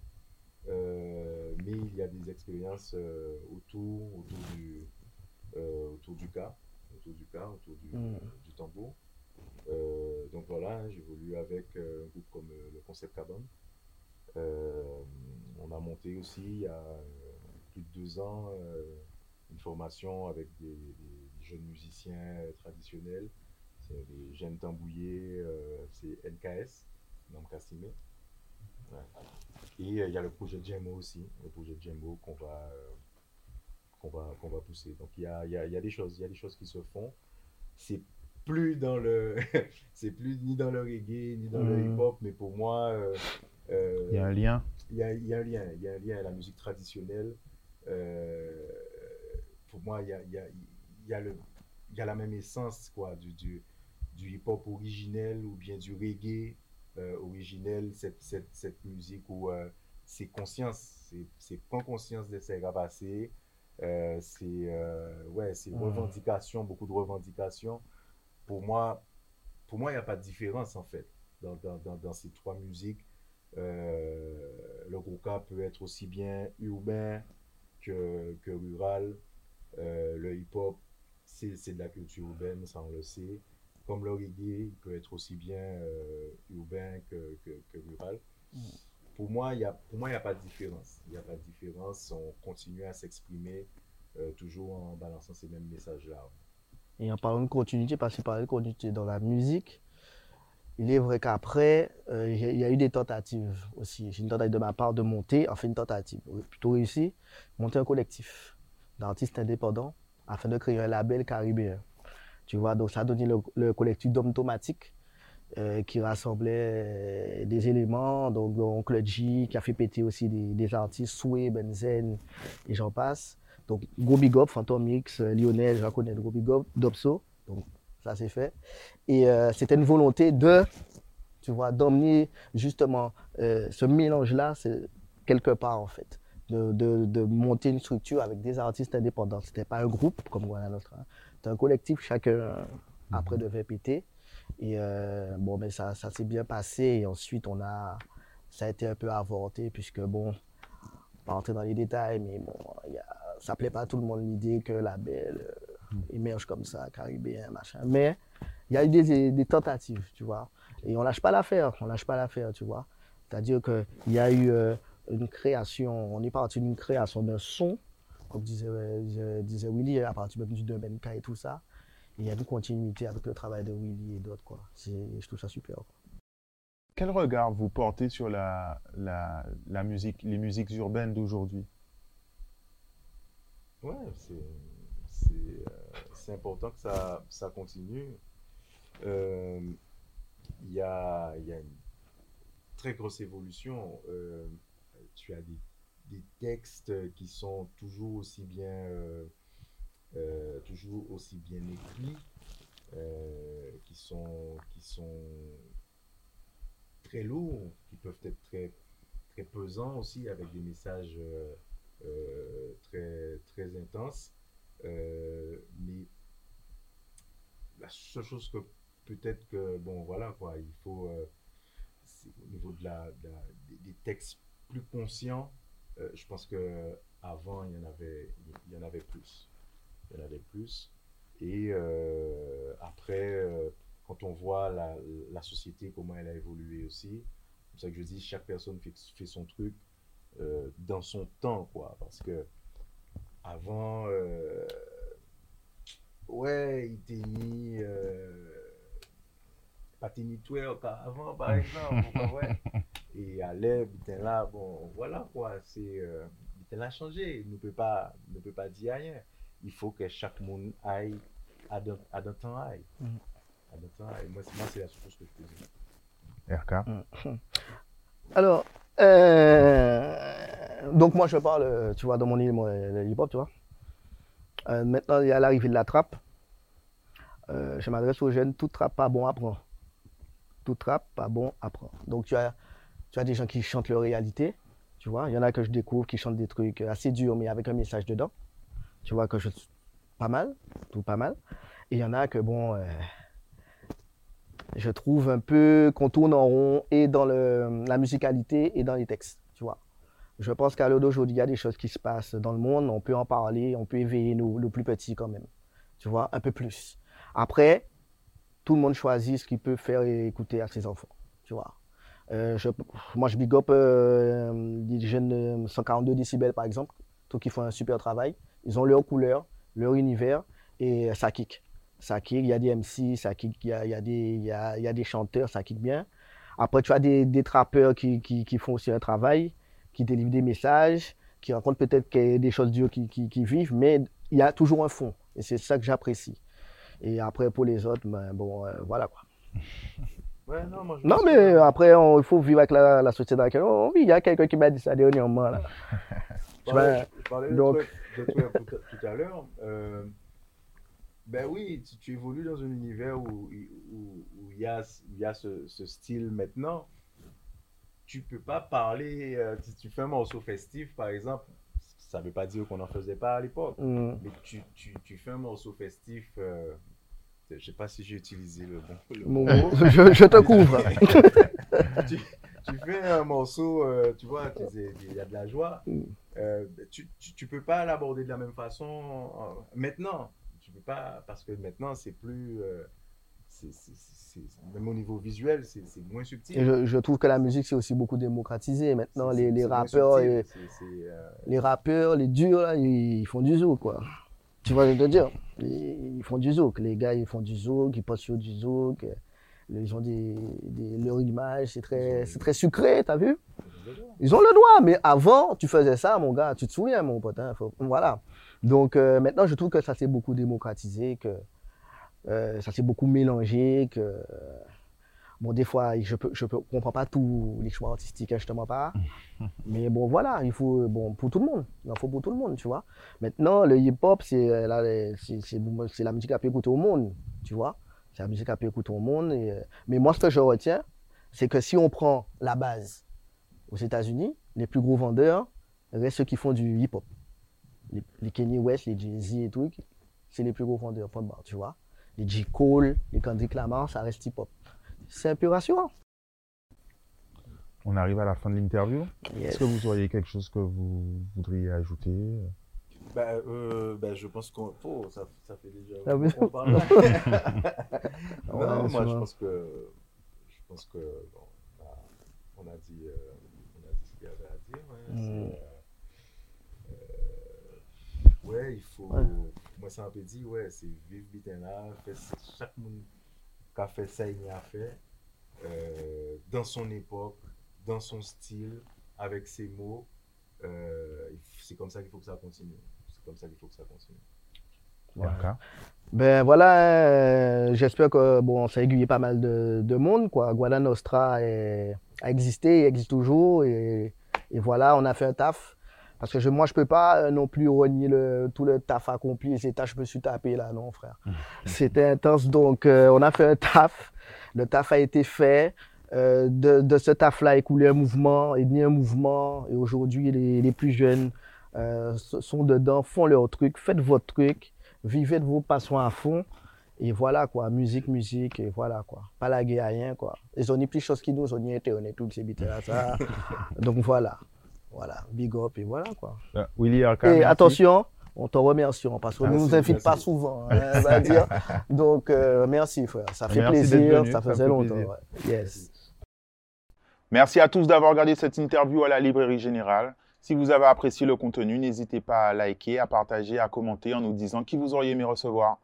Euh, mais il y a des expériences euh, autour, autour du, euh, autour du cas, autour du cas, autour du, Mm. du tambour. Euh, donc voilà, hein, j'évolue avec euh, un groupe comme euh, le Concept Cabane. Euh, on a monté aussi il y a euh, plus de deux ans euh, une formation avec des, des- des jeunes musiciens euh, traditionnels. C'est des jeunes tambouillés, euh, c'est N K S, Nam Kassimé. Ouais. Et euh, il y a le projet Djemmo aussi, le projet Djemmo qu'on va, euh, qu'on va, qu'on va pousser. Donc il y a, il y a- il y a des choses, il y a des choses qui se font. C'est plus dans le, c'est plus ni dans le reggae ni dans le Mm. hip-hop, mais pour moi, euh, Il y a euh, un lien. il y a, il y a un lien, il y a un lien à la musique traditionnelle. Euh, pour moi, il y a, il y a, il y a le, il y a la même essence quoi, du, du, du hip-hop originel ou bien du reggae euh, originel, cette, cette, cette musique où euh, c'est conscience, c'est, c'est prendre conscience de ce qui va passer, euh, c'est euh, ouais, c'est Mm. revendication, beaucoup de revendications. Pour moi, pour moi, il n'y a pas de différence en fait dans, dans, dans, dans ces trois musiques. Euh, le Grouka peut être aussi bien urbain que, que rural. Euh, le hip-hop, c'est, c'est de la culture urbaine, ça on le sait. Comme le reggae, il peut être aussi bien euh, urbain que, que, que rural. Pour moi, il n'y a, pour moi, il y a pas de différence. Il n'y a pas de différence. On continue à s'exprimer euh, toujours en balançant ces mêmes messages-là. Et en parlant de continuité, parce que parler de continuité dans la musique, il est vrai qu'après, euh, il y a- il y a eu des tentatives aussi. J'ai une tentative de ma part de monter, enfin une tentative, euh, plutôt réussie, monter un collectif d'artistes indépendants afin de créer un label caribéen. Tu vois, donc ça a donné le, le collectif d'hommes tomatiques euh, qui rassemblait euh, des éléments, donc Oncle G, qui a fait péter aussi des, des artistes, Soué, Benzen, et j'en passe. Donc, gros big up, Phantom X, euh, Lionel, je reconnais le gros big up, Dopso, donc ça c'est fait. Et euh, c'était une volonté de, tu vois, d'emmener justement euh, ce mélange-là, c'est quelque part en fait, de, de, de monter une structure avec des artistes indépendants. C'était pas un groupe comme Guana Nostra, c'était un collectif, chacun après devait péter. Et euh, bon, mais ça, ça s'est bien passé. Et ensuite, on a, ça a été un peu avorté, puisque bon, pas rentrer dans les détails, mais bon, y a, ça plaît pas à tout le monde l'idée que la belle euh, émerge comme ça, caribéen, machin. Mais il y a eu des, des tentatives, tu vois. Et on lâche pas l'affaire, on lâche pas l'affaire, tu vois. C'est-à-dire qu'il y a eu euh, une création, on est parti d'une création d'un son, comme disait, euh, disait Willy, à partir même du domaine K et tout ça. Et il y a une continuité avec le travail de Willy et d'autres, quoi. C'est, je trouve ça super, quoi. Quel regard vous portez sur la, la, la musique, les musiques urbaines d'aujourd'hui? Ouais, c'est, c'est, euh, c'est important que ça, ça continue. Euh, Il y a, il y a une très grosse évolution. Euh, tu as des, des textes qui sont toujours aussi bien, euh, euh, toujours aussi bien écrits, euh, qui sont, qui sont très lourds, qui peuvent être très, très pesants aussi, avec des messages euh, euh, très, très intenses. Euh, mais la seule chose que peut-être que, bon, voilà, quoi, il faut, euh, c'est au niveau de la, de la- des, des textes plus conscients, euh, je pense que avant il y en avait, il y en avait plus. Il y en avait plus. Et euh, après, euh, quand on voit la, la société, comment elle a évolué aussi, c'est pour ça que je dis, chaque personne fait, fait son truc euh, dans son temps, quoi. Parce que avant, euh, ouais, il était mis, euh, pas tenu twerk avant, par exemple, vous comprenez? Et à l'air, il là, bon, voilà quoi, c'est, euh, il a changé, il ne peut pas, ne peut pas dire rien. Il faut que chaque monde aille à d'un à d'un temps aille. En même temps, et moi, c'est- moi, c'est la chose que je peux dire. R K. Alors, euh, donc moi je parle, euh, tu vois, dans mon île, moi, le hip-hop, tu vois. Euh, maintenant, il y a l'arrivée de la trappe. Euh, je m'adresse aux jeunes, tout trap pas bon apprend. Tout trap pas bon apprend. Donc tu as, tu as des gens qui chantent leur réalité, tu vois. Il y en a que je découvre qui chantent des trucs assez durs, mais avec un message dedans. Tu vois que je pas mal, tout pas mal. Et il y en a que bon, euh, je trouve un peu qu'on tourne en rond et dans le, la musicalité et dans les textes, tu vois. Je pense qu'à l'heure d'aujourd'hui, il y a des choses qui se passent dans le monde, on peut en parler, on peut éveiller nous, le plus petit quand même, tu vois, un peu plus. Après, tout le monde choisit ce qu'il peut faire écouter à ses enfants, tu vois. Euh, je, moi, je big up euh, des jeunes euh, cent quarante-deux décibels, par exemple, tous qui font un super travail. Ils ont leur couleur, leur univers, et ça kick. Ça kick, il y a des M C, ça kick, il y a, il y a, des, il y a, il y a des chanteurs, ça kick bien. Après, tu as des, des trappeurs qui, qui, qui font aussi un travail, qui délivrent des messages, qui racontent peut-être des choses dures qui, qui, qui vivent, mais il y a toujours un fond, et c'est ça que j'apprécie. Et après, pour les autres, ben, bon, euh, voilà quoi. Ouais, non, moi, je Non, pense mais que- après, on- il faut vivre avec la, la société dans laquelle on vit. Il y a quelqu'un qui m'a dit ça dernièrement. Là. Je Tu parlais, vois, je parlais de donc- toi, de toi tout, à- tout à l'heure. Euh, ben oui, tu, tu évolues dans un univers où il où, où il y a, il y a ce, ce style maintenant. Tu peux pas parler, euh, si tu fais un morceau festif, par exemple, ça veut pas dire qu'on n'en faisait pas à l'époque, Mm. mais tu, tu, tu fais un morceau festif, euh, je sais pas si j'ai utilisé le bon, le Bon, bon mot. je, je te couvre. tu, tu fais un morceau, euh, tu vois, tu sais, il y a de la joie. Euh, tu, tu, tu peux pas l'aborder de la même façon euh, maintenant. Tu peux pas, parce que maintenant, c'est plus. euh, c'est, c'est- c'est- c'est- même au niveau visuel, c'est, c'est moins subtil. Et je, je trouve que la musique, c'est aussi beaucoup démocratisé. Maintenant, C'est- les, c'est- les c'est moins rappeurs, subtil. et- C'est- c'est, euh, les rappeurs, les durs, là, ils, ils font du zouk, quoi. Tu vois ce que je veux dire? Ils, ils font du zouk. Les gars, ils font du zouk, ils postent sur du zouk. euh, Ils ont des, des, leur image, c'est très, c'est très sucré, t'as vu? Ils ont le droit, mais avant, tu faisais ça, mon gars, tu te souviens, mon pote. Hein, faut- voilà. Donc euh, maintenant, je trouve que ça s'est beaucoup démocratisé, que euh, ça s'est beaucoup mélangé, que euh, bon, des fois, je peux, je peux, comprends pas tous les choix artistiques, hein, justement pas. Mais bon, voilà, il faut, bon, pour tout le monde, il en faut pour tout le monde, tu vois. Maintenant, le hip-hop, c'est euh, la, c'est, c'est, c'est la musique à peut écouter au monde, tu vois. C'est la musique à peut écouter au monde. Et, euh, mais moi, ce que je retiens, c'est que si on prend la base aux États-Unis, les plus gros vendeurs restent ceux qui font du hip-hop. Les, les Kanye West, les Jay-Z et tout, c'est les plus gros vendeurs, point barre, tu vois. Les J. Cole, les Kendrick Lamar, ça reste hip-hop. C'est un peu rassurant. On arrive à la fin de l'interview. Yes. Est-ce que vous auriez quelque chose que vous voudriez ajouter? Ben, euh, ben, je pense qu'on. Oh, ça, ça fait déjà. Ah oui. on parle. non, Ouais, moi, je sûrement. pense que. Je pense que. Bon, on, a, on, a dit, euh, on a dit ce qu'il y avait à dire. Ouais, Mm. c'est, euh, euh, ouais, il faut. Ouais. Moi, c'est un peu dit, ouais, c'est vivre bien là. Faire, ce- chaque monde qui a fait ça, il y a fait. Euh, dans son époque, dans son style, avec ses mots. Euh, c'est comme ça qu'il faut que ça continue. C'est comme ça qu'il faut que ça continue. Ouais. R K. Ben voilà, euh, j'espère que bon, ça a aiguillé pas mal de, de monde, quoi. Guada Nostra est- a existé, il existe toujours, et, et voilà, on a fait un taf. Parce que je, moi, je peux pas euh, non plus renier le, tout le taf accompli, ces tâches que je me suis tapé là, non, frère. C'était intense, donc euh, on a fait un taf. Le taf a été fait. Euh, de, de ce taf-là est coulé un mouvement, est né un mouvement, et aujourd'hui, les, les plus jeunes euh, sont dedans, font leur truc, faites votre truc, vivez de vos passions à fond, et voilà quoi, musique, musique, et voilà quoi, pas la guerre à rien quoi. Ils ont ni plus de choses qui nous, ils ont ni internet, tout ces bêtises là, ça. Donc voilà, voilà, big up, et voilà quoi. Euh, Willy R K, Et merci. attention, on te remercie, parce qu'on ne Merci, nous invite merci. pas souvent, hein, on va dire. Donc euh, merci frère, ça fait Merci d'être plaisir, venu, ça ça faisait fait longtemps. plaisir. Ouais. Yes. Merci à tous d'avoir regardé cette interview à la Librairie Générale. Si vous avez apprécié le contenu, n'hésitez pas à liker, à partager, à commenter en nous disant qui vous auriez aimé recevoir.